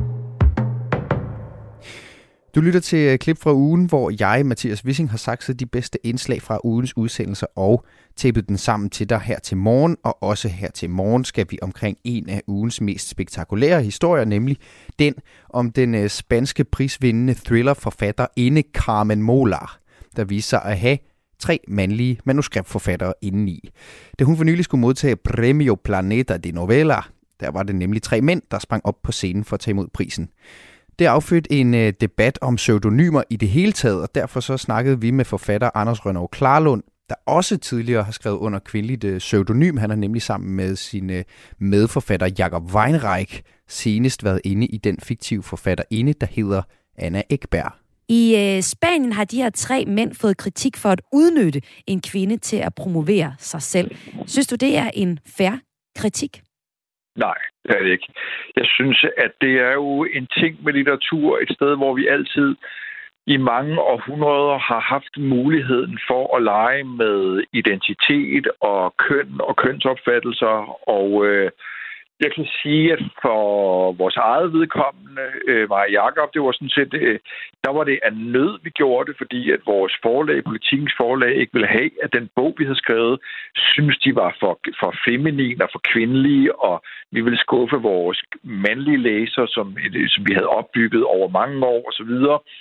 Du lytter til klip fra ugen, hvor jeg, Mathias Wissing, har sakset de bedste indslag fra ugens udsendelser og tæppet den sammen til dig her til morgen. Og også her til morgen skal vi omkring en af ugens mest spektakulære historier, nemlig den om den spanske prisvindende thriller-forfatterinde Carmen Molar, der viser sig at have 3 mandlige manuskriptforfattere indeni. Da hun for nylig skulle modtage Premio Planeta de Novela, der var det nemlig 3 mænd, der sprang op på scenen for at tage imod prisen. Det affødte en debat om pseudonymer i det hele taget, og derfor så snakkede vi med forfatter Anders Rønnow Klarlund der også tidligere har skrevet under kvindeligt pseudonym. Han har nemlig sammen med sin medforfatter Jakob Weinreich senest været inde i den fiktive forfatterinde, der hedder Anna Ekberg. I Spanien har de her 3 mænd fået kritik for at udnytte en kvinde til at promovere sig selv. Synes du, det er en fair kritik? Nej, det er det ikke. Jeg synes, at det er jo en ting med litteratur, et sted, hvor vi altid i mange århundreder har haft muligheden for at lege med identitet og køn og kønsopfattelser. Og jeg kan sige, at for vores eget vedkommende, mig og Jakob, det var sådan set, der var det af nød, vi gjorde det, fordi at vores forlag, Politikens forlag, ikke ville have, at den bog, vi havde skrevet, synes de var for feminin og for kvindelige, og vi ville skuffe vores mandlige læser, som vi havde opbygget over mange år osv.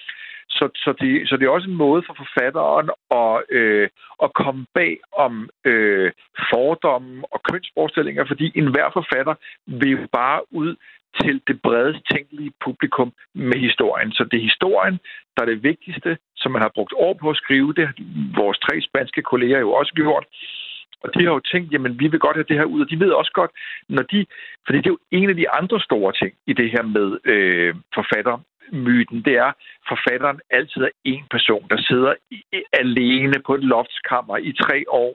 Så det er også en måde for forfatteren at komme bag om fordomme og kønsforestillinger, fordi enhver forfatter vil jo bare ud til det bredest tænkelige publikum med historien. Så det er historien, der er det vigtigste, som man har brugt år på at skrive. Det har vores 3 spanske kolleger jo også gjort. Og de har jo tænkt, jamen vi vil godt have det her ud, og de ved også godt, fordi det er jo en af de andre store ting i det her med forfattermyten, det er, at forfatteren altid er en person, der sidder alene på et loftskammer i 3 år.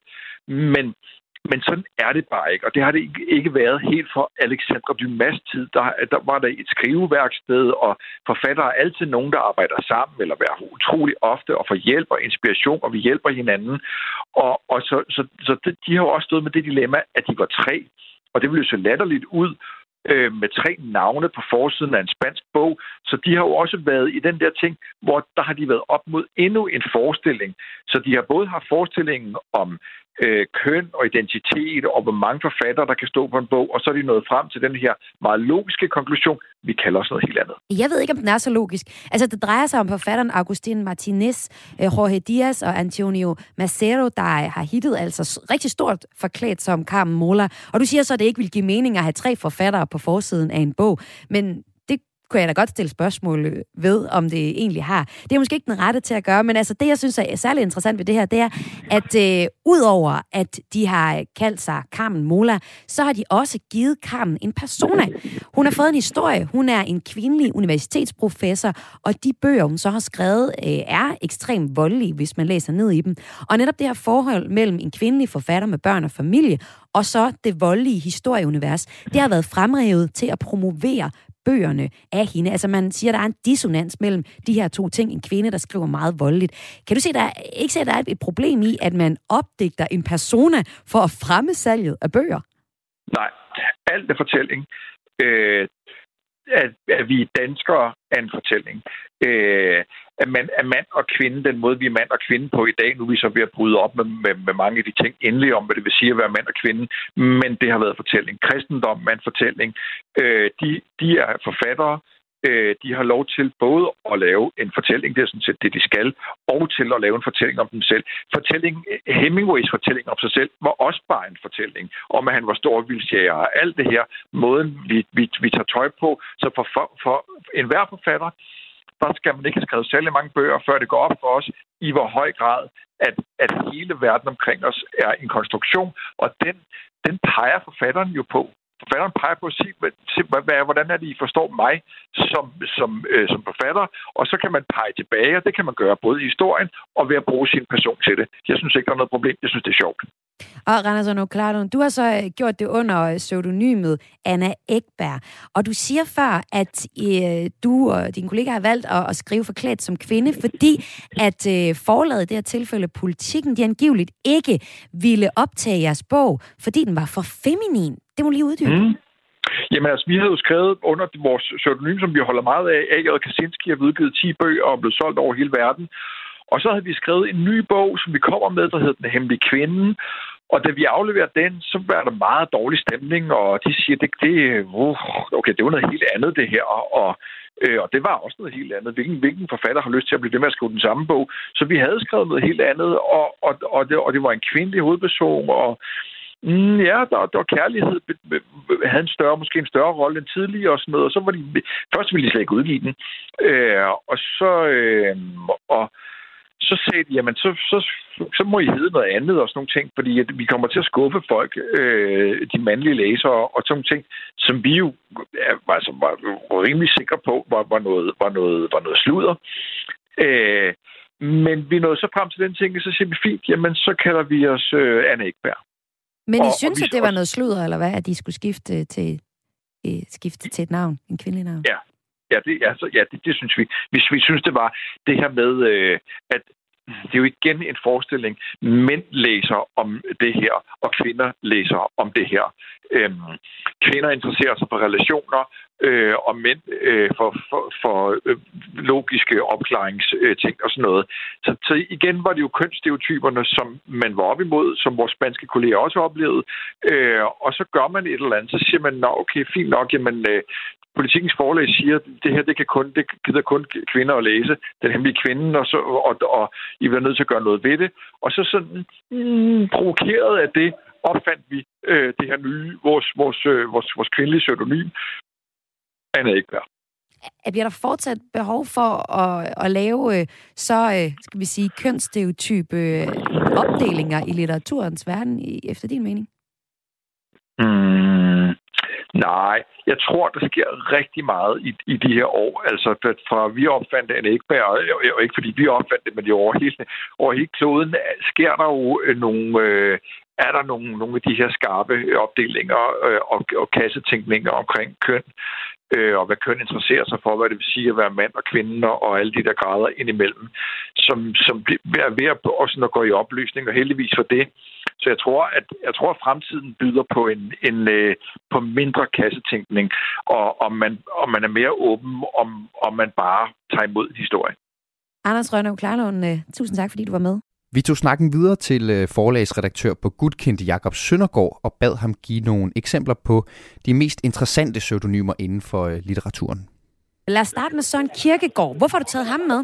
Men sådan er det bare ikke, og det har det ikke været helt for Alexandre Dumas' tid. Der var der et skriveværksted, og forfattere er altid nogen, der arbejder sammen, eller være utrolig ofte, og får hjælp og inspiration, og vi hjælper hinanden. Og så de har jo også stået med det dilemma, at de var 3, og det ville jo så latterligt ud med 3 navne på forsiden af en spansk bog. Så de har jo også været i den der ting, hvor der har de været op mod endnu en forestilling. Så de har både haft forestillingen om køn og identitet, og hvor mange forfattere, der kan stå på en bog, og så er de nået frem til den her meget logiske konklusion, vi kalder os noget helt andet. Jeg ved ikke, om den er så logisk. Altså, det drejer sig om forfatteren Agustín Martínez, Jorge Díaz og Antonio Macero, der har hittet altså rigtig stort forklædt som Carmen Mola. Og du siger så, at det ikke vil give mening at have 3 forfattere på forsiden af en bog, men kunne jeg da godt stille spørgsmål ved, om det egentlig har. Det er måske ikke den rette til at gøre, men altså det, jeg synes er særlig interessant ved det her, det er, at udover at de har kaldt sig Carmen Mola, så har de også givet Carmen en persona. Hun har fået en historie. Hun er en kvindelig universitetsprofessor, og de bøger, hun så har skrevet, er ekstremt voldelige, hvis man læser ned i dem. Og netop det her forhold mellem en kvindelig forfatter med børn og familie, og så det voldelige historieunivers, det har været fremrevet til at promovere bøgerne af hende. Altså man siger, der er en dissonans mellem de her 2 ting. En kvinde, der skriver meget voldeligt. Kan du se, at der er et problem i, at man opdigter en persona for at fremme salget af bøger? Nej, alt er fortælling. At vi danskere er en fortælling. At man er mand og kvinde, den måde vi er mand og kvinde på i dag, nu er vi så ved at bryde op med mange af de ting endelig om, hvad det vil sige at være mand og kvinde, men det har været fortælling. Kristendom er en fortælling. De er forfattere. De har lov til både at lave en fortælling, det er sådan set det, de skal, og til at lave en fortælling om dem selv. Hemingways fortælling om sig selv var også bare en fortælling om, at han var storvildtjæger og alt det her, måden vi tager tøj på. Så for enhver forfatter, der skal man ikke have skrevet særlig mange bøger, før det går op for os, i hvor høj grad, at hele verden omkring os er en konstruktion, og den peger forfatteren jo på. Forfatteren peger på at sige, hvordan er det, I forstår mig som forfatter, og så kan man pege tilbage, og det kan man gøre både i historien og ved at bruge sin person til det. Jeg synes ikke, der er noget problem. Jeg synes, det er sjovt. Og Randers Noclaro, du har så gjort det under pseudonymet Anna Ekberg, og du siger før, at du og dine kollegaer har valgt at skrive forklædt som kvinde, fordi at forlaget i det her tilfælde Politikken, de angiveligt ikke ville optage jeres bog, fordi den var for feminin. Det må lige uddybe. Jamen altså, vi havde jo skrevet under vores pseudonym, som vi holder meget af, A.J. Kaczynski, har udgivet 10 bøger og er blevet solgt over hele verden. Og så havde vi skrevet en ny bog, som vi kommer med, der hedder Den Hemmelige Kvinde. Og da vi afleverer den, så var der meget dårlig stemning, og de siger, okay, det var noget helt andet det her. Og det var også noget helt andet. Hvilken forfatter har lyst til at blive ved med at skrive den samme bog? Så vi havde skrevet noget helt andet, og det var en kvindelig hovedperson, og der var kærlighed, havde måske en større rolle end tidligere og sådan noget, og så var først ville de slet ikke udgive den. Så sagde de, jamen, så så må I hedde noget andet og sådan nogle ting, fordi vi kommer til at skuffe folk, de mandlige læsere, og sådan nogle ting, som vi jo var rimelig sikre på, var noget sludder. Men vi nåede så frem til den ting, så siger vi fint, jamen så kalder vi os Anne Ekberg. Men I synes, at det var noget sludder, eller hvad, at de skulle skifte til et navn, en kvindelig navn? Ja, det synes vi. Hvis vi synes, det var det her med, at det er jo igen en forestilling. Mænd læser om det her, og kvinder læser om det her. Kvinder interesserer sig for relationer, og mænd for logiske opklaringsting og sådan noget. Så igen var det jo kønsstereotyperne, som man var op imod, som vores spanske kolleger også oplevede. Og så gør man et eller andet, så siger man, okay, fint nok, jamen Politikens Forlag siger, at det her det gider kun kvinder at læse, den hemmelige kvinden, og I bliver nødt til at gøre noget ved det. Og så sådan provokeret af det, opfandt vi det her nye, vores kvindelige pseudonym, Anne Ekberg. Bliver der fortsat behov for at lave skal vi sige, kønsstereotype opdelinger i litteraturens verden, efter din mening? Nej, jeg tror, der sker rigtig meget i de her år. Altså, fra vi opfandt Anne Ekberg, og ikke fordi vi opfandt det, men det over hele kloden, sker der jo nogle af de her skarpe opdelinger og kassetænkninger omkring køn, og hvad køn interesserer sig for, hvad det vil sige at være mand og kvinde, og alle de der grader indimellem, som er ved at gå i opløsning, og heldigvis for det. Så jeg tror, at fremtiden byder på på mindre kassetænkning, og om man er mere åben, om man bare tager imod en historie. Anders Rønnev Klarlund, tusind tak, fordi du var med. Vi tog snakken videre til forlagsredaktør på Gudkind, Jakob Søndergaard, og bad ham give nogle eksempler på de mest interessante pseudonymer inden for litteraturen. Lad os starte med Søren Kierkegaard. Hvorfor har du taget ham med?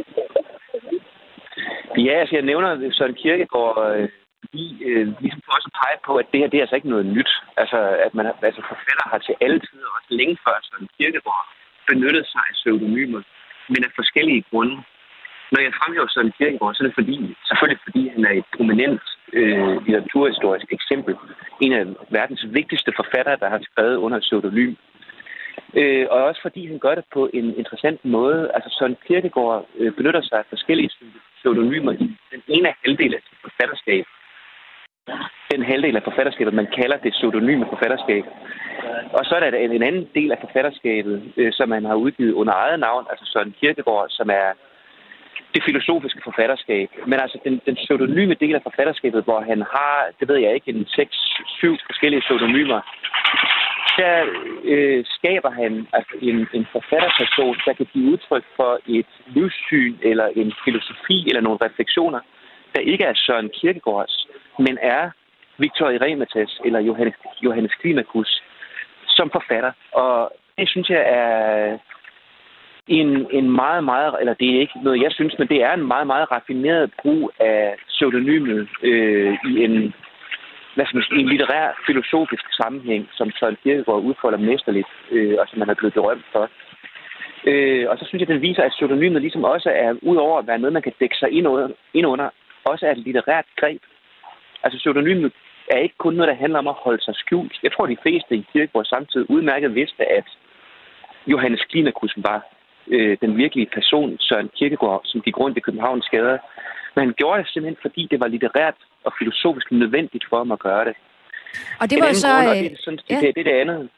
Ja, altså jeg nævner Søren Kierkegaard, fordi ligesom for også at pege på, at det her det er altså ikke noget nyt. Altså at forfatter har til alle tider, også længe før Søren Kierkegaard, benyttet sig af pseudonymer, men af forskellige grunde. Når jeg fremhæver Søren Kierkegaard, så er det selvfølgelig fordi han er et prominent litteraturhistorisk eksempel. En af verdens vigtigste forfattere, der har skrevet under pseudonym. Og også fordi han gør det på en interessant måde. Altså Søren Kierkegaard benytter sig af forskellige pseudonymer i den ene halvdel af sit forfatterskab. Den halvdel af forfatterskabet, man kalder det pseudonyme forfatterskab. Og så er der en anden del af forfatterskabet, som man har udgivet under eget navn, altså Søren Kierkegaard, som er det filosofiske forfatterskab. Men altså den pseudonyme del af forfatterskabet, hvor han har, det ved jeg ikke, 6-7 forskellige pseudonymer, der skaber han altså en forfatterperson, der kan give udtryk for et livssyn eller en filosofi eller nogle refleksioner, der ikke er Søren Kierkegaards, men er Victor Erematas eller Johannes Climacus som forfatter. Og det synes jeg er en meget, meget, eller det er ikke noget, jeg synes, men det er en meget, meget raffineret brug af pseudonymet i en litterær, filosofisk sammenhæng, som Søren Kierkegaard udfolder mesterligt, og som man er blevet berømt for. Og så synes jeg, den viser, at pseudonymet ligesom også er, udover at være noget, man kan dække sig ind under, også er et litterært greb. Altså pseudonymet er ikke kun noget, der handler om at holde sig skjult. Jeg tror, de fleste i Kierkegaard samtidig udmærket vidste, at Johannes Climacus var den virkelige person, Søren Kierkegaard, som gik rundt i Københavns gader. Men han gjorde det simpelthen, fordi det var litterært og filosofisk nødvendigt for ham at gøre det. Og det var så... Det er det andet.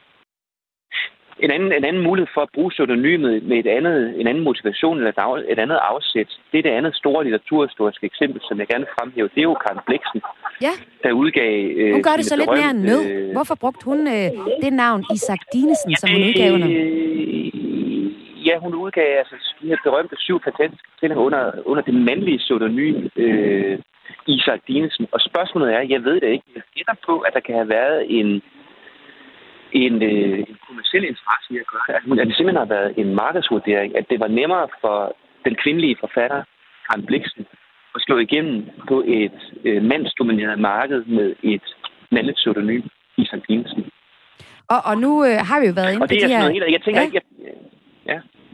En anden mulighed for at bruge pseudonymet med en anden motivation eller et andet afsæt, det er det andet store litteraturhistoriske eksempel, som jeg gerne fremhæver. Det er jo Karen Blixen, der udgav... Hun gør det så lidt mere end nød. Hvorfor brugte hun det navn Isak Dinesen, som hun udgav under? Ja, hun udgav altså de her berømte 7 fantastiske fortællinger under det mandlige pseudonym Isak Dinesen. Og spørgsmålet er, jeg ved det ikke, jeg gætter på, at der kan have været en kommerciel interesse i at gøre det. At det simpelthen har været en markedsvurdering, at det var nemmere for den kvindelige forfatter, Karen Blixen, at slå igennem på et mandsdomineret marked med et mandligt pseudonym, Isak Dinesen. Og nu har vi jo været inde på det her... Og det er sådan noget helt... Jeg tænker ikke... Ja.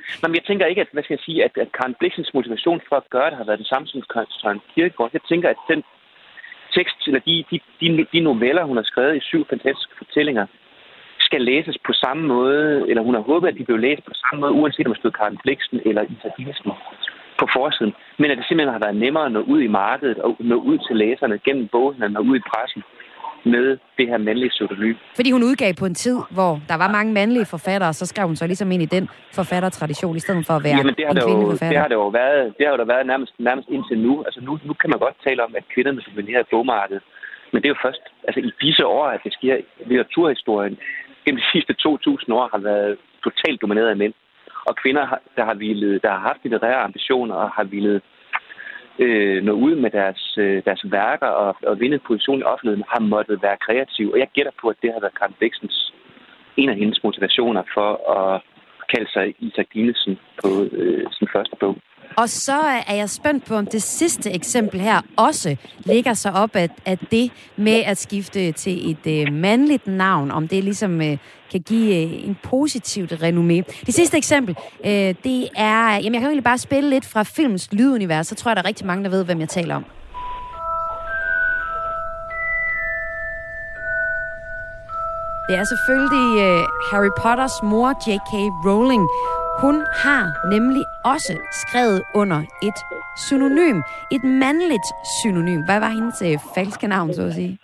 Nå, men jeg tænker ikke, at Karen Blixens motivation for at gøre det har været den samme som Søren Kierkegaard. Jeg tænker, at den tekst, eller de noveller, hun har skrevet i 7 fantastiske fortællinger, skal læses på samme måde, eller hun har håbet, at de blev læst på samme måde, uanset om det stod Karen Blixen eller Isa Dinesen på forsiden. Men at det simpelthen har været nemmere at nå ud i markedet og nå ud til læserne gennem boghandlen og ud i pressen med det her mandlige pseudonym. Fordi hun udgav på en tid, hvor der var mange mandlige forfattere, så skrev hun så ligesom ind i den forfattertradition, i stedet for at være en kvindelig forfatter. Det har jo været nærmest indtil nu. Altså nu kan man godt tale om, at kvinderne dominerer bogmarkedet. Men det er jo først i disse år, at det sker. Litteraturhistorien gennem de sidste 2000 år har været totalt domineret af mænd. Og kvinder, der har haft litterære ambitioner og har villet nå ud med deres værker og vinde en position i offentligheden, har måttet være kreative. Og jeg gætter på, at det har været Karen Blixens en af hendes motivationer for at kalde sig Isak Dinesen på sin første bog. Og så er jeg spændt på, om det sidste eksempel her også ligger sig op af det med at skifte til et mandligt navn, om det ligesom kan give en positivt renommé. Det sidste eksempel, det er... Jamen, jeg kan jo egentlig bare spille lidt fra filmens lydunivers, så tror jeg, der er rigtig mange, der ved, hvem jeg taler om. Det er selvfølgelig Harry Potters mor, J.K. Rowling. Hun har nemlig også skrevet under et synonym. Et mandligt synonym. Hvad var hendes falske navn, så at sige?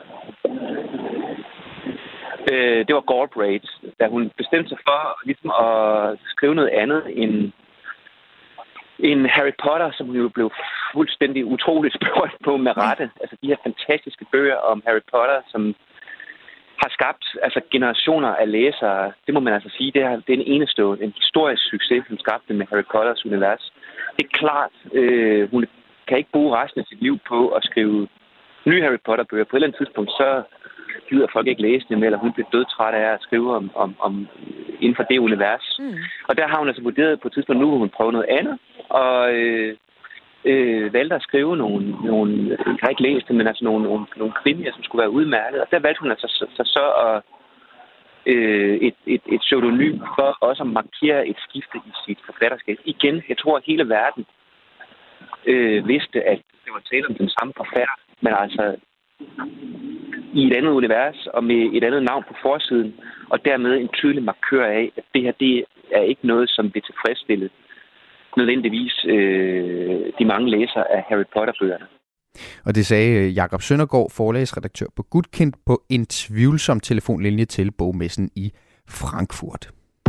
Det var Galbraith, da hun bestemte sig for ligesom at skrive noget andet end Harry Potter, som hun jo blev fuldstændig utroligt berømt på med rette. Altså de her fantastiske bøger om Harry Potter, som har skabt generationer af læsere. Det må man altså sige, det er en historisk succes, hun skabte med Harry Potters univers. Det er klart, hun kan ikke bruge resten af sit liv på at skrive nye Harry Potter-bøger. På et eller andet tidspunkt, så gider folk ikke læse dem, eller hun bliver dødtræt af at skrive om inden for det univers. Og der har hun altså vurderet på et tidspunkt, nu vil hun prøve noget andet, og valgte at skrive nogle jeg har ikke læst det, men altså nogle krimier, som skulle være udmærket. Og der valgte hun altså så at et pseudonym for også at markere et skifte i sit forfatterskab. Igen, jeg tror, at hele verden vidste, at det var tale om den samme forfatter, men altså i et andet univers og med et andet navn på forsiden, og dermed en tydelig markør af, at det her, det er ikke noget, som vil tilfredsstille nødvendigvis de mange læsere af Harry Potter-bøgerne. Og det sagde Jakob Søndergaard, forlagsredaktør på Gutkind, på en tvivlsom telefonlinje til bogmessen i Frankfurt.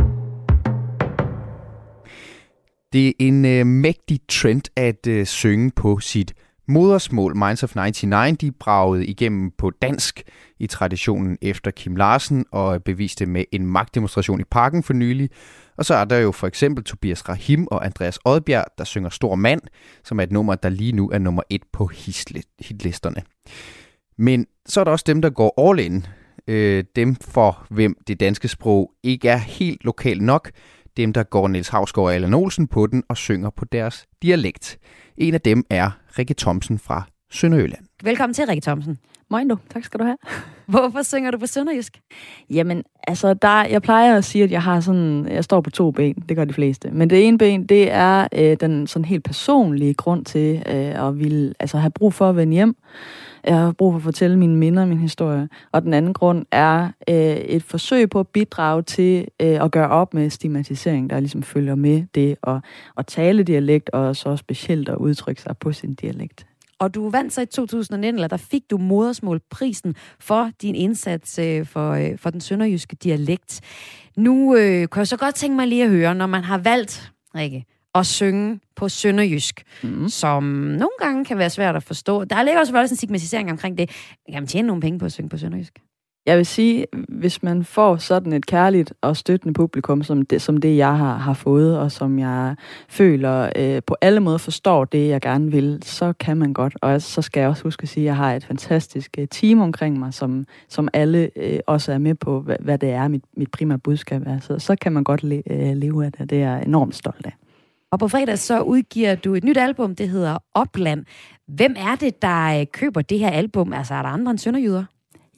Det er en mægtig trend at synge på sit modersmål. Minds of 99, de bragede igennem på dansk i traditionen efter Kim Larsen og beviste med en magtdemonstration i Parken for nylig. Og så er der jo for eksempel Tobias Rahim og Andreas Odbjerg, der synger Stor Mand, som er et nummer, der lige nu er nummer 1 på hitlisterne. Men så er der også dem, der går all in. Dem for hvem det danske sprog ikke er helt lokalt nok. Dem, der går Niels Hausgaard og Allan Olsen på den og synger på deres dialekt. En af dem er Rikke Thomsen fra Sønderjylland. Velkommen til, Rikke Thomsen. Moin du. Tak skal du have. Hvorfor synger du på sønderjysk? Jamen, altså, jeg plejer at sige, at jeg står på 2 ben. Det gør de fleste. Men det ene ben, det er den sådan helt personlige grund til at ville have brug for at vende hjem. Jeg har brug for at fortælle mine minder og min historie. Og den anden grund er et forsøg på at bidrage til at gøre op med stigmatisering, der ligesom følger med det at tale dialekt, og så specielt at udtrykke sig på sin dialekt. Og du vandt så i 2019, eller der fik du modersmålprisen for din indsats for den sønderjyske dialekt. Nu kan jeg så godt tænke mig lige at høre, når man har valgt, Rikke, at synge på sønderjysk, som nogle gange kan være svært at forstå. Der ligger også en stigmatisering omkring det. Kan man tjene nogle penge på at synge på sønderjysk? Jeg vil sige, hvis man får sådan et kærligt og støttende publikum, som det jeg har fået, og som jeg føler på alle måder forstår det, jeg gerne vil, så kan man godt. Og så skal jeg også huske at sige, at jeg har et fantastisk team omkring mig, som alle også er med på, hvad det er, mit primære budskab er. Så kan man godt leve af det. Det er jeg enormt stolt af. Og på fredag så udgiver du et nyt album, det hedder Opland. Hvem er det, der køber det her album? Altså, er der andre end sønderjyder? Ja,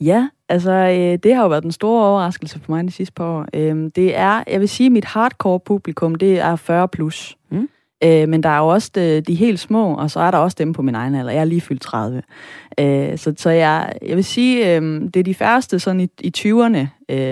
Altså, det har jo været den store overraskelse for mig de sidste par år. Det er, jeg vil sige, mit hardcore publikum, det er 40 plus. Men der er jo også de helt små, og så er der også dem på min egen alder. Jeg er lige fyldt 30. Så jeg vil sige, det er de færreste sådan i 20'erne,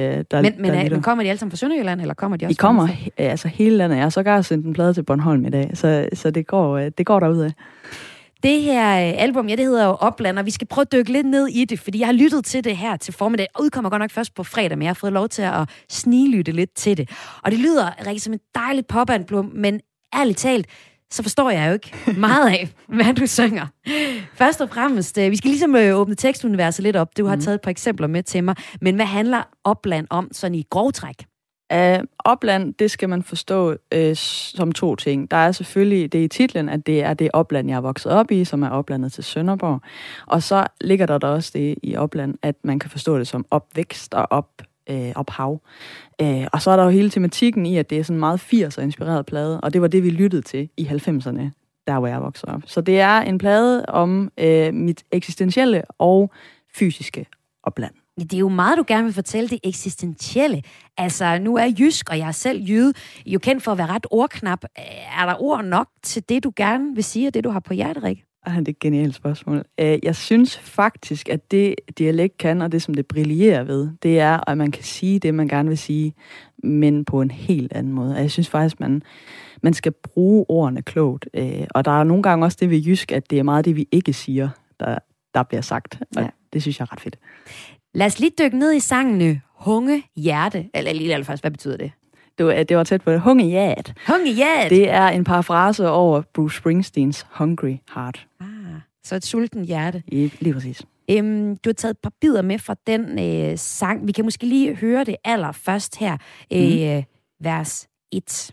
Men kommer de alle sammen fra Sønderjylland, eller kommer de også? De kommer altså hele landet. Jeg har sågar sendt en plade til Bornholm i dag, så det går derudad. Det her album, det hedder jo Opland, og vi skal prøve at dykke lidt ned i det, fordi jeg har lyttet til det her til formiddag, og udkommer godt nok først på fredag, men jeg har fået lov til at sniglytte lidt til det. Og det lyder rigtig som et dejligt popalbum, men ærligt talt, så forstår jeg jo ikke meget af, hvad du synger. Først og fremmest, vi skal ligesom åbne tekstuniverset lidt op. Du har taget et par eksempler med til mig, men hvad handler Opland om sådan i grovtræk? Opland, det skal man forstå som to ting. Der er selvfølgelig det i titlen, at det er det opland, jeg er vokset op i, som er oplandet til Sønderborg. Og så ligger der også det i Opland, at man kan forstå det som opvækst og ophav. Og så er der jo hele tematikken i, at det er sådan meget 80'er-inspireret plade, og det var det, vi lyttede til i 90'erne, der hvor jeg voksede op. Så det er en plade om mit eksistentielle og fysiske opland. Det er jo meget, du gerne vil fortælle, det eksistentielle. Altså, nu er jysk, og jeg er selv jyde, jo kendt for at være ret ordknap. Er der ord nok til det, du gerne vil sige, og det, du har på hjertet, Rikke? Det er et genialt spørgsmål. Jeg synes faktisk, at det dialekt kan, og det, som det brillerer ved, det er, at man kan sige det, man gerne vil sige, men på en helt anden måde. Jeg synes faktisk, man skal bruge ordene klogt. Og der er nogle gange også det ved jysk, at det er meget det, vi ikke siger, der bliver sagt. Og det synes jeg er ret fedt. Lad os lige dykke ned i sangene Hunge Hjerte. Eller lige allerførst, hvad betyder det? Det var tæt på det. Hunge Hjerte. Hunge Hjerte. Det er en parafrase over Bruce Springsteens Hungry Heart. Så et sulten hjerte. Lige præcis. Du har taget et par bidder med fra den sang. Vi kan måske lige høre det allerførst her. Vers 1.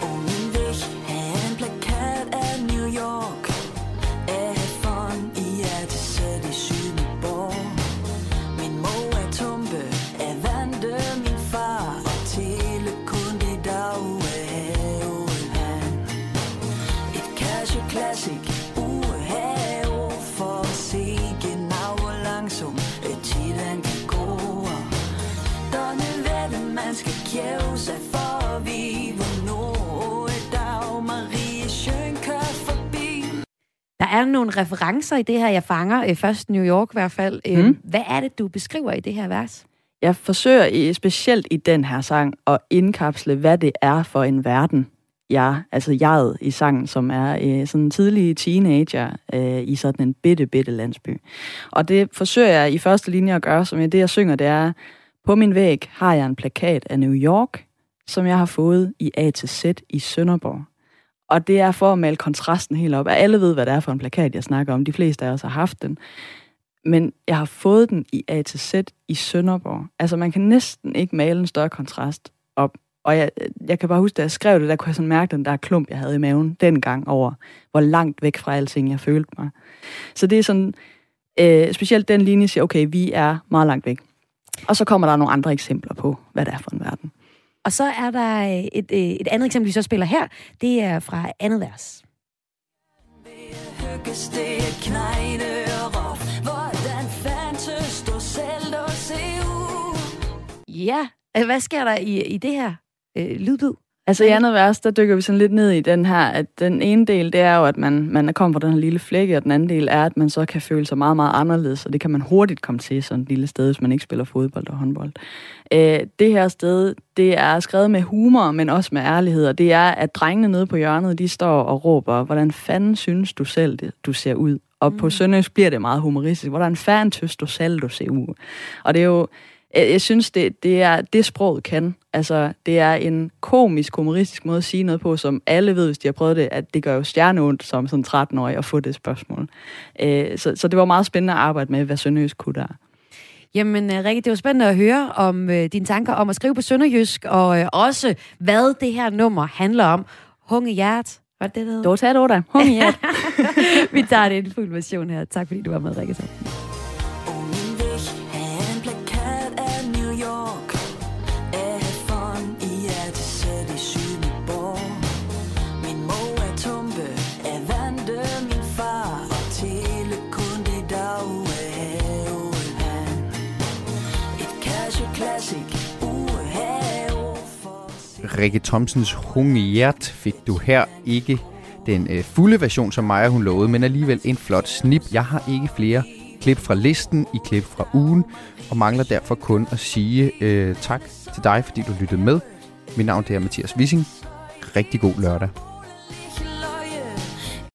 Der er nogle referencer i det her, jeg fanger. Først New York i hvert fald. Hvad er det, du beskriver i det her vers? Jeg forsøger specielt i den her sang at indkapsle, hvad det er for en verden, jeget i sangen, som er sådan en tidlig teenager i sådan en bitte landsby. Og det forsøger jeg i første linje at gøre, som det jeg synger, det er, på min væg har jeg en plakat af New York, som jeg har fået i A til Z i Sønderborg. Og det er for at male kontrasten helt op. Alle ved, hvad det er for en plakat, jeg snakker om. De fleste af os har haft den. Men jeg har fået den i A til Z i Sønderborg. Altså, man kan næsten ikke male en større kontrast op. Og jeg kan bare huske, da jeg skrev det, der kunne jeg sådan mærke den der klump, jeg havde i maven dengang over, hvor langt væk fra alting jeg følte mig. Så det er sådan, specielt den linje siger, okay, vi er meget langt væk. Og så kommer der nogle andre eksempler på, hvad det er for en verden. Og så er der et andet eksempel, vi så spiller her. Det er fra andet vers. Ja, hvad sker der i det her lydbid? Altså i andet vers, der dykker vi sådan lidt ned i den her, at den ene del, det er jo, at man kommer fra den her lille flække, og den anden del er, at man så kan føle sig meget, meget anderledes, og det kan man hurtigt komme til sådan et lille sted, hvis man ikke spiller fodbold og håndbold. Det her sted, det er skrevet med humor, men også med ærlighed, og det er, at drengene nede på hjørnet, de står og råber, hvordan fanden synes du selv, du ser ud? Og på sønderjysk bliver det meget humoristisk. Hvordan fanden synes du selv, du ser ud? Og det er jo, jeg synes, det er det sproget kan. Altså, det er en komisk, humoristisk måde at sige noget på, som alle ved, hvis de har prøvet det, at det gør jo stjerneondt som sådan 13-årig at få det spørgsmål. Så det var meget spændende at arbejde med, hvad sønderjysk kunne der. Jamen, Rikke, det var spændende at høre om dine tanker om at skrive på sønderjysk, og også, hvad det her nummer handler om. Hunge Hjert. Hvad det hedder? Det var da. Hunge Hjert. Vi tager det i en fuld version her. Tak fordi du var med, Rikke. Rikke Thomsens Hungert fik du her. Ikke den fulde version, som Maja hun lovede, men alligevel en flot snip. Jeg har ikke flere klip fra listen i klip fra ugen, og mangler derfor kun at sige tak til dig, fordi du lyttede med. Mit navn er Mathias Wissing. Rigtig god lørdag.